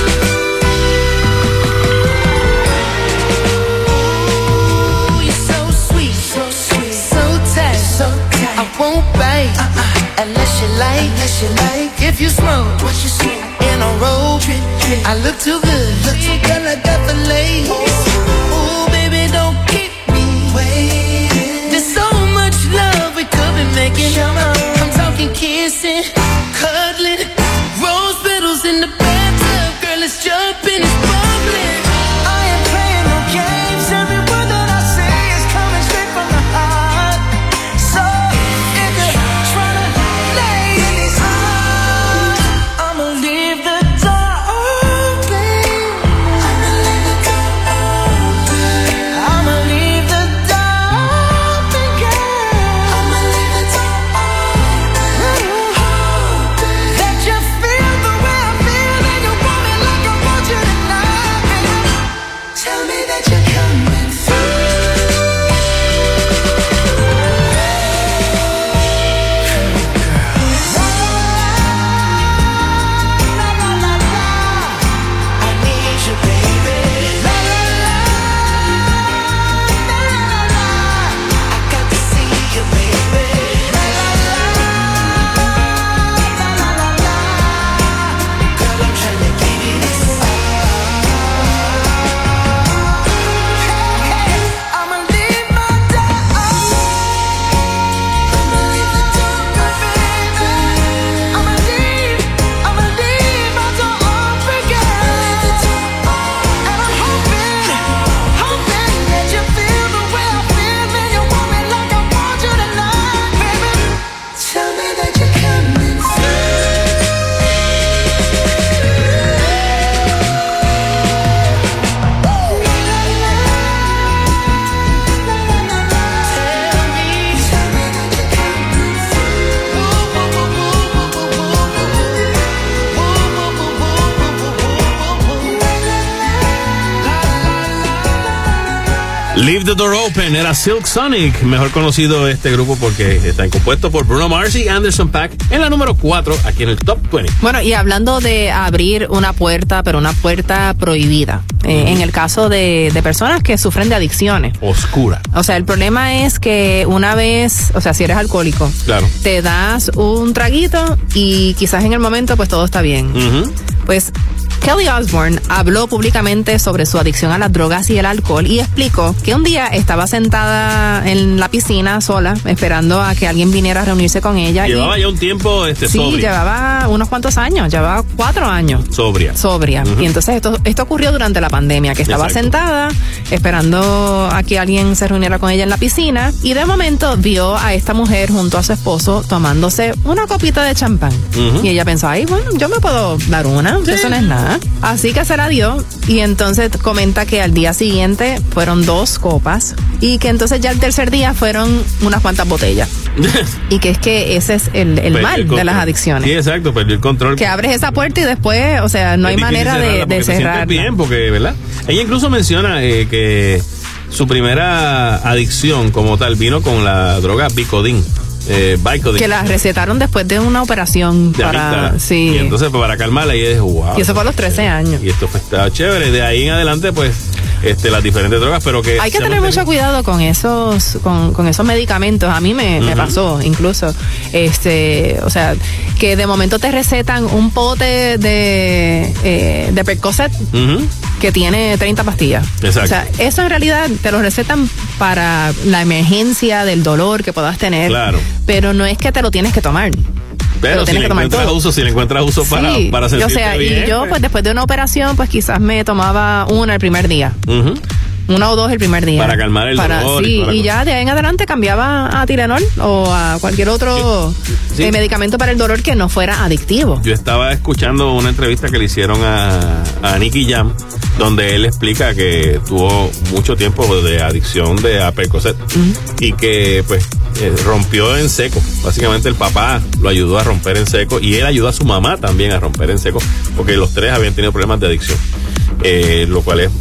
You're so sweet, so tight. I won't bite unless you like. If you smoke, in a robe, I look too good. Girl, I got the lace. Ooh, baby, don't keep me waiting. There's so much love we could be making. I'm talking kissing, cuddling, rose petals in the bathtub. Girl, it's jumping, it's bubbling. I ain't playing no games. Every word that I say is coming straight from the heart. So if you're trying to lay in these arms, I'ma leave the door open. I'ma leave the door open. I'ma leave the door open, girl. I'ma leave the door open. Let you feel the way I feel, and you want me like I want you tonight, baby. Tell me that you're coming through. I need you, baby. La la la, la la la la. I got to see you, baby. La la la, la la la la. Girl, I'm trying to give you this. I'ma leave my door open. I'ma leave the door open, baby. I'ma leave my door open, girl. And I'm hoping that you feel the way I feel, and you want me like I want you tonight, baby. Tell me that you're coming Leave the Door Open era Silk Sonic, mejor conocido este grupo porque está compuesto por Bruno Mars y Anderson .Paak, en la número 4 aquí en el Top 20. Bueno, y hablando de abrir una puerta, pero una puerta prohibida, en el caso de personas que sufren de adicciones. Oscura. O sea, el problema es que una vez, o sea, si eres alcohólico, claro, te das un traguito y quizás en el momento pues todo está bien. Pues Kelly Osbourne habló públicamente sobre su adicción a las drogas y el alcohol y explicó que un día estaba sentada en la piscina sola esperando a que alguien viniera a reunirse con ella. Llevaba ya un tiempo sobria. Sí, llevaba unos cuantos años, llevaba 4 años. Sobria. Uh-huh. Y entonces esto ocurrió durante la pandemia, que estaba sentada esperando a que alguien se reuniera con ella en la piscina y de momento vio a esta mujer junto a su esposo tomándose una copita de champán. Uh-huh. Y ella pensó, ay, bueno, yo me puedo dar una, eso no es nada. Así que se la dio y entonces comenta que al día siguiente fueron 2 copas y que entonces ya el tercer día fueron unas cuantas botellas. Y que es que ese es el mal de las adicciones. Sí, exacto, perdió el control. Que abres esa puerta y después, o sea, no hay manera de cerrarla. Bien, porque, ¿verdad? Ella incluso menciona que su primera adicción como tal vino con la droga Vicodin. Vicodin. Que la recetaron después de una operación para... Sí. Y entonces para calmarla y es wow. Y eso fue a los 13 años. Y esto estaba chévere. De ahí en adelante, pues, las diferentes drogas, pero que... Hay que tener mucho cuidado con esos medicamentos. A mí me pasó incluso. O sea, que de momento te recetan un pote de Percocet que tiene 30 pastillas. Exacto. O sea, eso en realidad te lo recetan para la emergencia del dolor que puedas tener. Claro. Pero no es que te lo tienes que tomar. Pero si le encuentras uso para sentirte bien. Y yo, pues después de una operación, pues quizás me tomaba una el primer día. 1 o 2 el primer día. Para calmar el dolor. Sí, y ya de ahí en adelante cambiaba a Tylenol o a cualquier otro medicamento para el dolor que no fuera adictivo. Yo estaba escuchando una entrevista que le hicieron a Nicky Jam, donde él explica que tuvo mucho tiempo de adicción de Percocet y que pues rompió en seco. Básicamente el papá lo ayudó a romper en seco y él ayudó a su mamá también a romper en seco porque los 3 habían tenido problemas de adicción. Lo cual es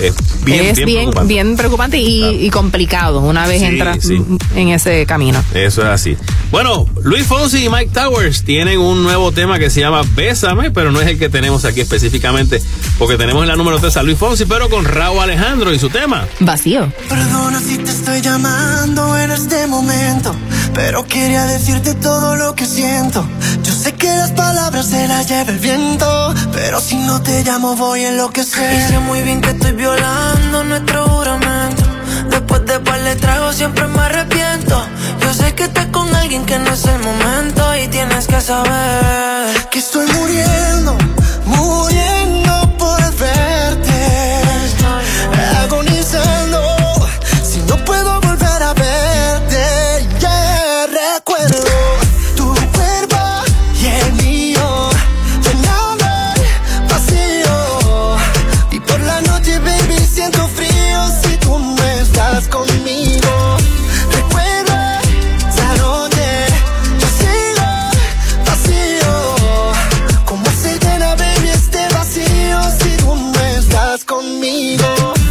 bien preocupante y complicado una vez entras en ese camino. Eso es así. Bueno, Luis Fonsi y Mike Towers tienen un nuevo tema que se llama Bésame, pero no es el que tenemos aquí específicamente, porque tenemos en la número 3 a Luis Fonsi, pero con Rauw Alejandro y su tema Vacío. Perdona si te estoy llamando en este momento, pero quería decirte todo lo que siento. Yo sé que las palabras se las lleva el viento, pero si no te llamo voy a enloquecer. Y sé muy bien que estoy violando nuestro juramento. Después de par de tragos siempre me arrepiento. Yo sé que estás con alguien que no es el momento y tienes que saber que estoy muriendo por verte, agonizando si no puedo volver a verte. Ya recuerdo tu cuerpo y el mío llenando el vacío, y por la noche baby siento frío si tú no estás conmigo. Recuerda esa noche, yo sigo vacío. ¿Cómo se llena baby este vacío si tú no estás conmigo?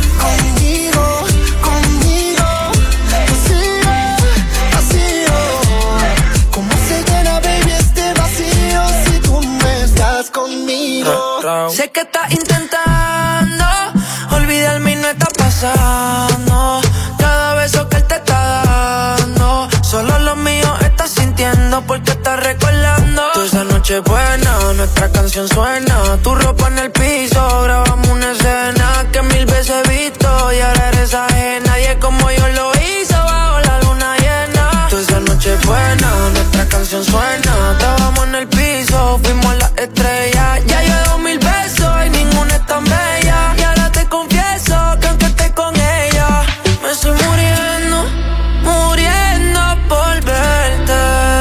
Sé que estás intentando olvidarme y no está pasando. Cada beso que él te está dando, solo lo mío estás sintiendo porque estás recordando. Toda esa noche buena, nuestra canción suena. Tu ropa en el piso, grabamos una escena que 1000 veces he visto y ahora eres ajena. Nadie como yo lo hizo bajo la luna llena. Toda esa noche buena, nuestra canción suena. Estábamos en el piso, fuimos a las estrellas. Ya yo he dado 1000 besos y ninguna es tan bella. Y ahora te confieso que aunque esté con ella, me estoy muriendo por verte,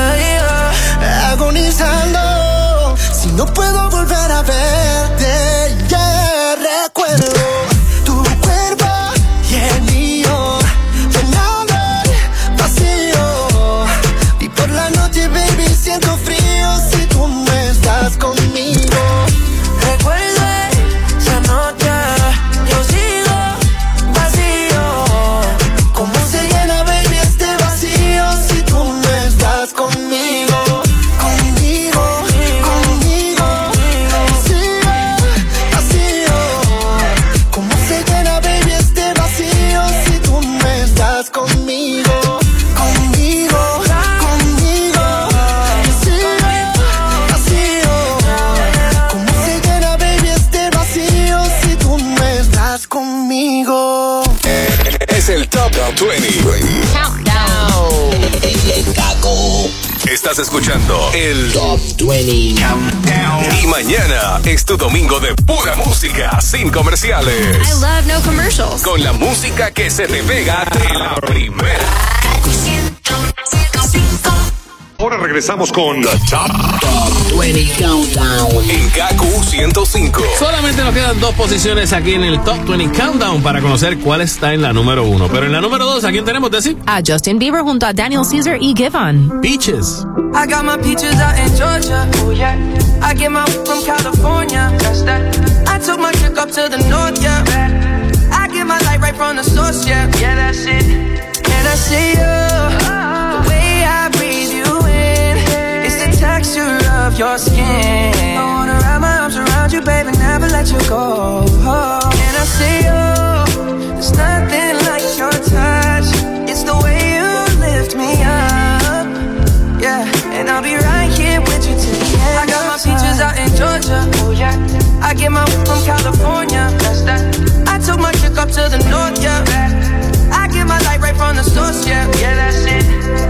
agonizando si no puedo volver a verte. Ya recuerdo tu cuerpo y el mío llenando el vacío, y por la noche baby siento frío si tú no estás conmigo. Recuerda esa noche, yo sigo vacío. ¿Cómo se llena baby este vacío si tú no estás conmigo? Conmigo, es el Top 20. Countdown. Estás escuchando el Top 20 Countdown. Y mañana es tu domingo de pura música, sin comerciales. I love no commercials. Con la música que se te pega de la primera. Ahora regresamos con The Top 20 Countdown en KQ 105. Solamente nos quedan 2 posiciones aquí en el Top 20 Countdown para conocer cuál está en la número 1. Pero en la número 2, ¿a quién tenemos, Desi? A Justin Bieber junto a Daniel Caesar y Giveon. Peaches. I got my peaches out in Georgia, oh yeah. I get my from California, that's that. I took my chick up to the north, yeah. I get my light right from the source, yeah. Yeah, that's it. And I see you, the way I breathe you in, it's the texture of your skin. I wanna wrap my arms around you, baby, never let you go. And I see you, there's nothing like your touch. It's the way you lift me up, yeah. And I'll be right here with you till the end. I got my peaches out in Georgia, oh yeah. I get my from California, that's that. I took my chick up to the north, yeah. I get my light right from the source, yeah. Yeah, that's it.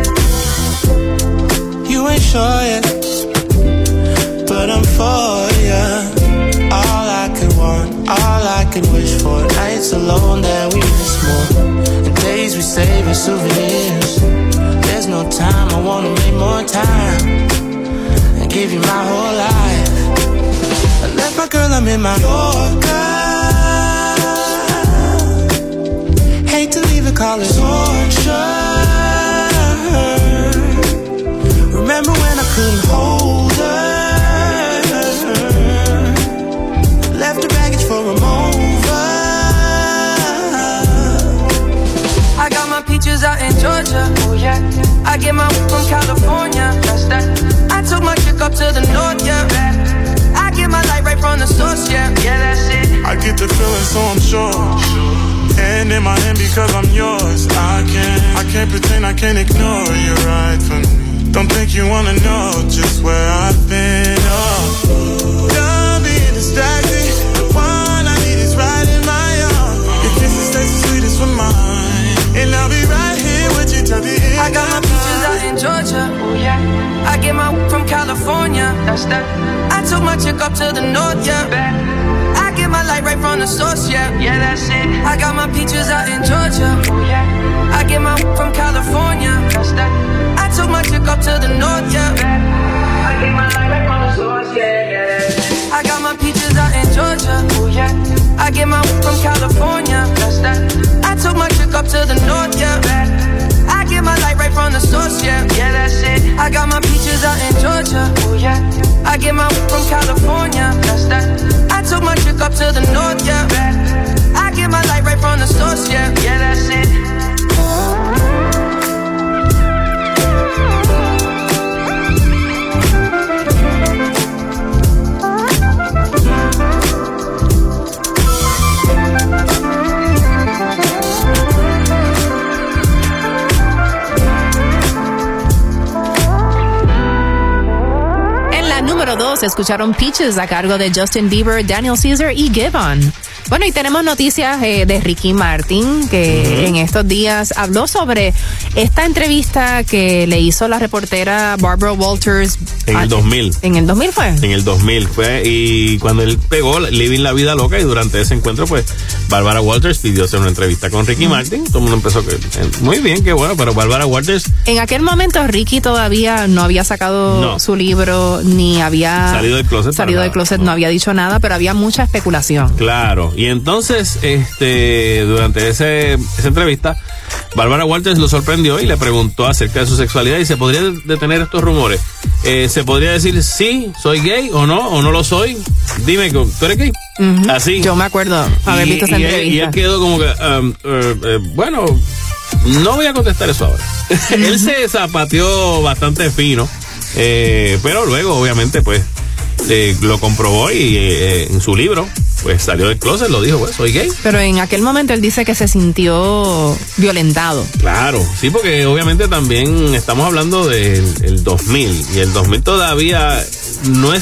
You ain't sure yet, but I'm for ya. All I could want, all I could wish for. Nights alone that we miss more, and days we save as souvenirs. There's no time, I wanna make more time and give you my whole life. I left my girl, I'm in my Yorker. Hate to leave it, call it torture. Remember when I couldn't hold her? Left her baggage for a mover. I got my peaches out in Georgia, oh yeah. I get my from California, that's that. I took my chick up to the north, yeah. I get my light right from the source, yeah. Yeah, that's it. I get the feeling, so I'm sure. And in my hand because I'm yours. I can't pretend, I can't ignore you right from me. Don't think you wanna know just where I've been. Oh, done being distracted. The one I need is right in my arms. Your kisses taste the sweetest for mine, and I'll be right here with you till the end. I got my peaches out in Georgia, oh yeah. I get my from California, that's that. I took my chick up to the north, yeah. I get my light right from the source, yeah. Yeah, that's it. I got my peaches out in Georgia, oh yeah. I get my from California, that's that. I took my chick up to the north, yeah. I get my light right from the source, yeah. I got my peaches out in Georgia, oh yeah. I get my from California, that's that. I took my chick up to the north, yeah. I get my light right from the source, yeah. Yeah, that's it. I got my peaches out in Georgia, oh yeah. I get my from California, that's that. I took my chick up to the north, yeah. I get my light right from the source, yeah. Yeah, that's it. Número 2, escucharon Peaches a cargo de Justin Bieber, Daniel Caesar y Giveon. Bueno, y tenemos noticias de Ricky Martin, que en estos días habló sobre esta entrevista que le hizo la reportera Barbara Walters. En el 2000. ¿En el 2000 fue? En el 2000 fue, y cuando él pegó Living la Vida Loca, y durante ese encuentro, pues, Barbara Walters pidió hacer una entrevista con Ricky Martin. Todo el mundo empezó que, muy bien, qué bueno, pero Barbara Walters... En aquel momento Ricky todavía no había sacado su libro, ni había... Salido del closet. No había dicho nada, pero había mucha especulación. Claro, y entonces, durante esa entrevista, Barbara Walters lo sorprendió y le preguntó acerca de su sexualidad y se podría detener estos rumores. Se podría decir sí, soy gay o no lo soy. Dime, ¿tú eres gay? Así. Yo me acuerdo haber visto esa entrevista. Y él quedó como que, bueno, no voy a contestar eso ahora. Él se zapateó bastante fino, pero luego, obviamente, pues, lo comprobó y en su libro pues salió del closet, lo dijo, pues soy gay. Pero en aquel momento él dice que se sintió violentado. Claro, sí, porque obviamente también estamos hablando del 2000 y el 2000 todavía no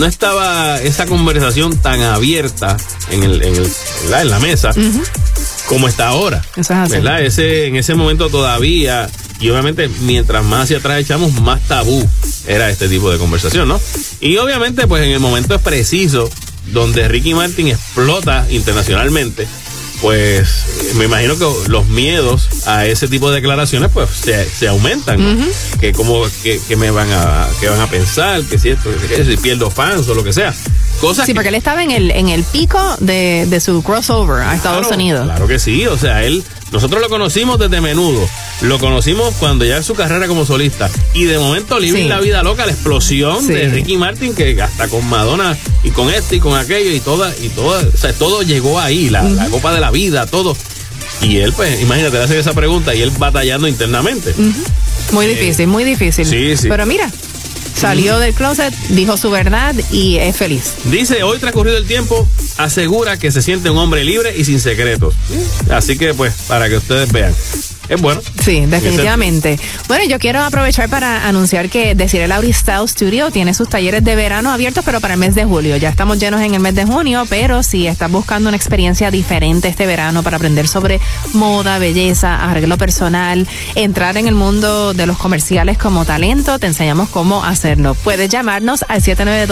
estaba esa conversación tan abierta en la mesa como está ahora. Eso es así. ¿Verdad? En ese momento todavía, y obviamente mientras más hacia atrás echamos, más tabú era este tipo de conversación, ¿no? Y obviamente pues en el momento preciso donde Ricky Martin explota internacionalmente, pues me imagino que los miedos a ese tipo de declaraciones pues se aumentan, ¿no? Que como que me van a pensar, que si esto, que si pierdo fans o lo que sea. Cosas sí, porque él estaba en el pico de su crossover a Estados Unidos. Claro que sí, o sea, nosotros lo conocimos desde Menudo, lo conocimos cuando ya en su carrera como solista, y de momento Living la Vida Loca, la explosión de Ricky Martin, que hasta con Madonna y con esto y con aquello y toda, o sea, todo llegó ahí, la copa de la vida, todo. Y él, pues, imagínate, le hacen esa pregunta y él batallando internamente. Muy difícil, muy difícil. Sí. Pero mira, salió del closet, dijo su verdad y es feliz. Dice, hoy transcurrido el tiempo, asegura que se siente un hombre libre y sin secretos. Así que, pues, para que ustedes vean. Es bueno. Sí, definitivamente. Bueno, yo quiero aprovechar para anunciar que Desiree Lauri Style Studio tiene sus talleres de verano abiertos, pero para el mes de julio. Ya estamos llenos en el mes de junio, pero si estás buscando una experiencia diferente este verano para aprender sobre moda, belleza, arreglo personal, entrar en el mundo de los comerciales como talento, te enseñamos cómo hacerlo. Puedes llamarnos al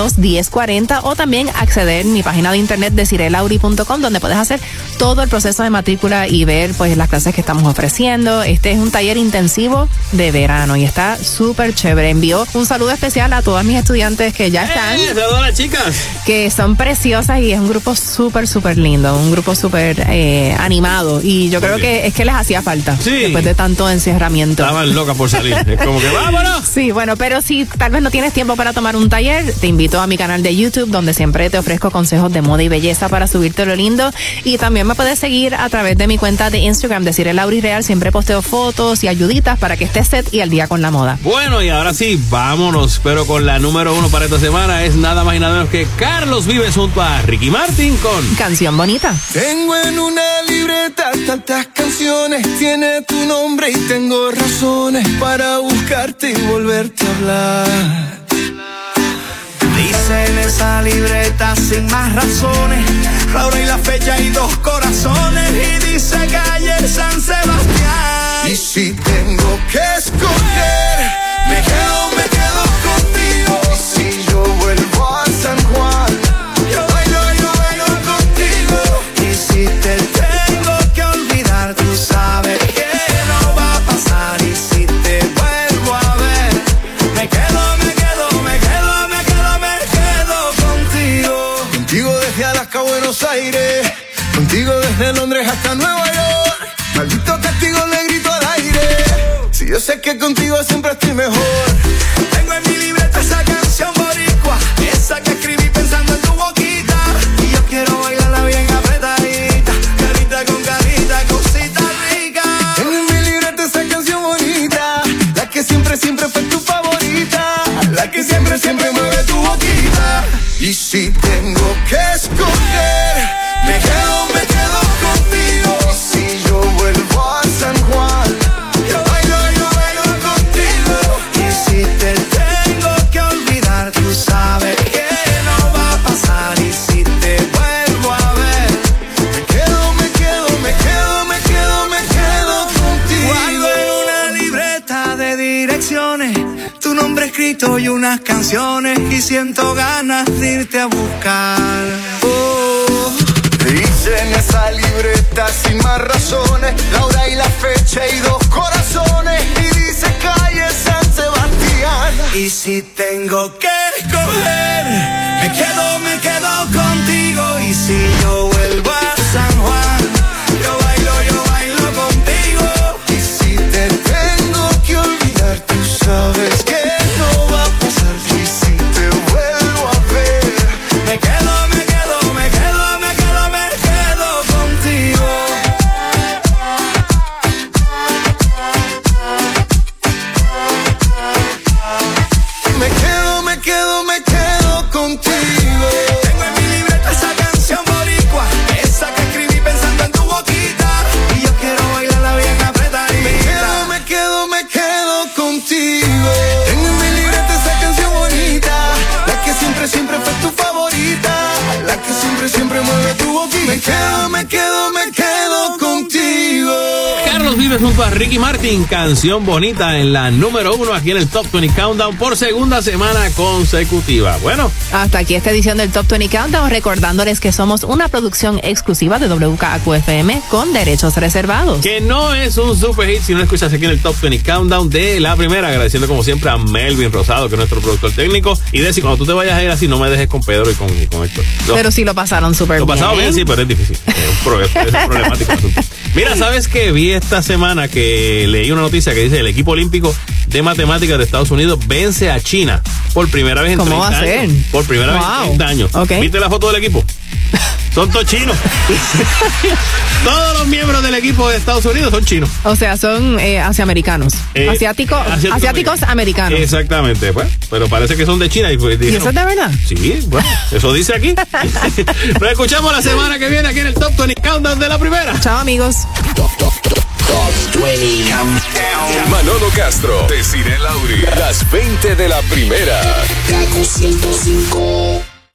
792-1040 o también acceder a mi página de internet desirelauri.com, donde puedes hacer todo el proceso de matrícula y ver pues las clases que estamos ofreciendo. Este es un taller intensivo de verano y está súper chévere. Envío un saludo especial a todas mis estudiantes que ya están. ¡Saludos a las chicas! Que son preciosas y es un grupo súper, súper lindo, un grupo súper animado. Y yo creo que es que les hacía falta después de tanto encerramiento. Estaban locas por salir. Es como que ¡vámonos! Sí, bueno, pero si tal vez no tienes tiempo para tomar un taller, te invito a mi canal de YouTube, donde siempre te ofrezco consejos de moda y belleza para subirte lo lindo. Y también me puedes seguir a través de mi cuenta de Instagram, Desiree Lauri Real. Siempre posteo fotos y ayuditas para que estés set y al día con la moda. Bueno, y ahora sí, vámonos, pero con la número 1 para esta semana es nada más y nada menos que Carlos Vives junto a Ricky Martin con Canción Bonita. Tengo en una libreta tantas canciones, tiene tu nombre y tengo razones para buscarte y volverte a hablar. Dice en esa libreta sin más razones, la hora y la fecha y 2 corazones, y dice calle San Sebastián. Y si tengo que escoger, me quedo contigo. Y si yo vuelvo a San Juan, yo bailo contigo. Y si te tengo que olvidar, tú sabes que no va a pasar. Y si te vuelvo a ver, me quedo contigo. Contigo desde Alaska a Buenos Aires, contigo desde Londres hasta Nueva York. Maldito castigo le grito al aire, si yo sé que contigo siempre estoy mejor. Tengo en mi libreta esa canción boricua, esa que escribí pensando en tu boquita. Y yo quiero bailarla bien apretadita, carita con carita, cosita rica. Tengo en mi libreta esa canción bonita, la que siempre fue tu favorita, la que siempre mueve tu boquita. Y si tengo que escoger, me quedo contigo. Y si yo vuelvo a San Juan, yo bailo contigo. Y si te tengo que olvidar, tú sabes que no va a pasar. Y si te vuelvo a ver, me quedo contigo. Guardo en una libreta de direcciones tu nombre escrito y unas canciones, y siento ganas de irte a buscar. Dice en esa libreta sin más razones, la hora y la fecha y 2 corazones, y dice calle San Sebastián. Y si tengo que escoger, me quedo contigo. Y si yo vuelvo a San Juan, yo bailo contigo. Y si te tengo que olvidar, tú sabes que no va a pasar. Y si te vuelvo a ver, me quedo contigo. Me quedo contigo. Tengo en mi libreta esa canción boricua, esa que escribí pensando en tu boquita. Y yo quiero bailarla bien apretadita. Me quedo contigo. Tengo en mi libreta esa canción bonita, la que siempre fue tu favorita, la que siempre mueve tu boquita. Me quedo contigo. Vives junto a Ricky Martin, Canción Bonita, en la número 1 aquí en el Top 20 Countdown por segunda semana consecutiva. Bueno, hasta aquí esta edición del Top 20 Countdown, recordándoles que somos una producción exclusiva de WKQ-FM con derechos reservados. Que no es un super hit si no lo escuchas aquí en el Top 20 Countdown de la primera, agradeciendo como siempre a Melvin Rosado, que es nuestro productor técnico, y Desi, cuando tú te vayas a ir así, no me dejes con Pedro y con Héctor. No. Pero sí lo pasaron súper bien. Lo pasaron bien, sí, pero es difícil. Es problemático el asunto. Mira, ¿sabes qué? Vi esta semana que leí una noticia que dice el equipo olímpico de matemáticas de Estados Unidos vence a China por primera vez en 30 años. ¿Cómo va a ser? Por primera vez en 30 años. Okay. ¿Viste la foto del equipo? Son todos chinos. Todos los miembros del equipo de Estados Unidos son chinos. O sea, son asiáticos americanos. Exactamente, pues. Pero parece que son de China. Pues, ¿Y eso es de verdad? Sí, bueno, eso dice aquí. Nos escuchamos la semana que viene aquí en el Top 20 Countdown de la primera. Chao, amigos. Top 20 Countdown. Manolo Castro, Desiree Lauri, las 20 de la primera. Kaku 105.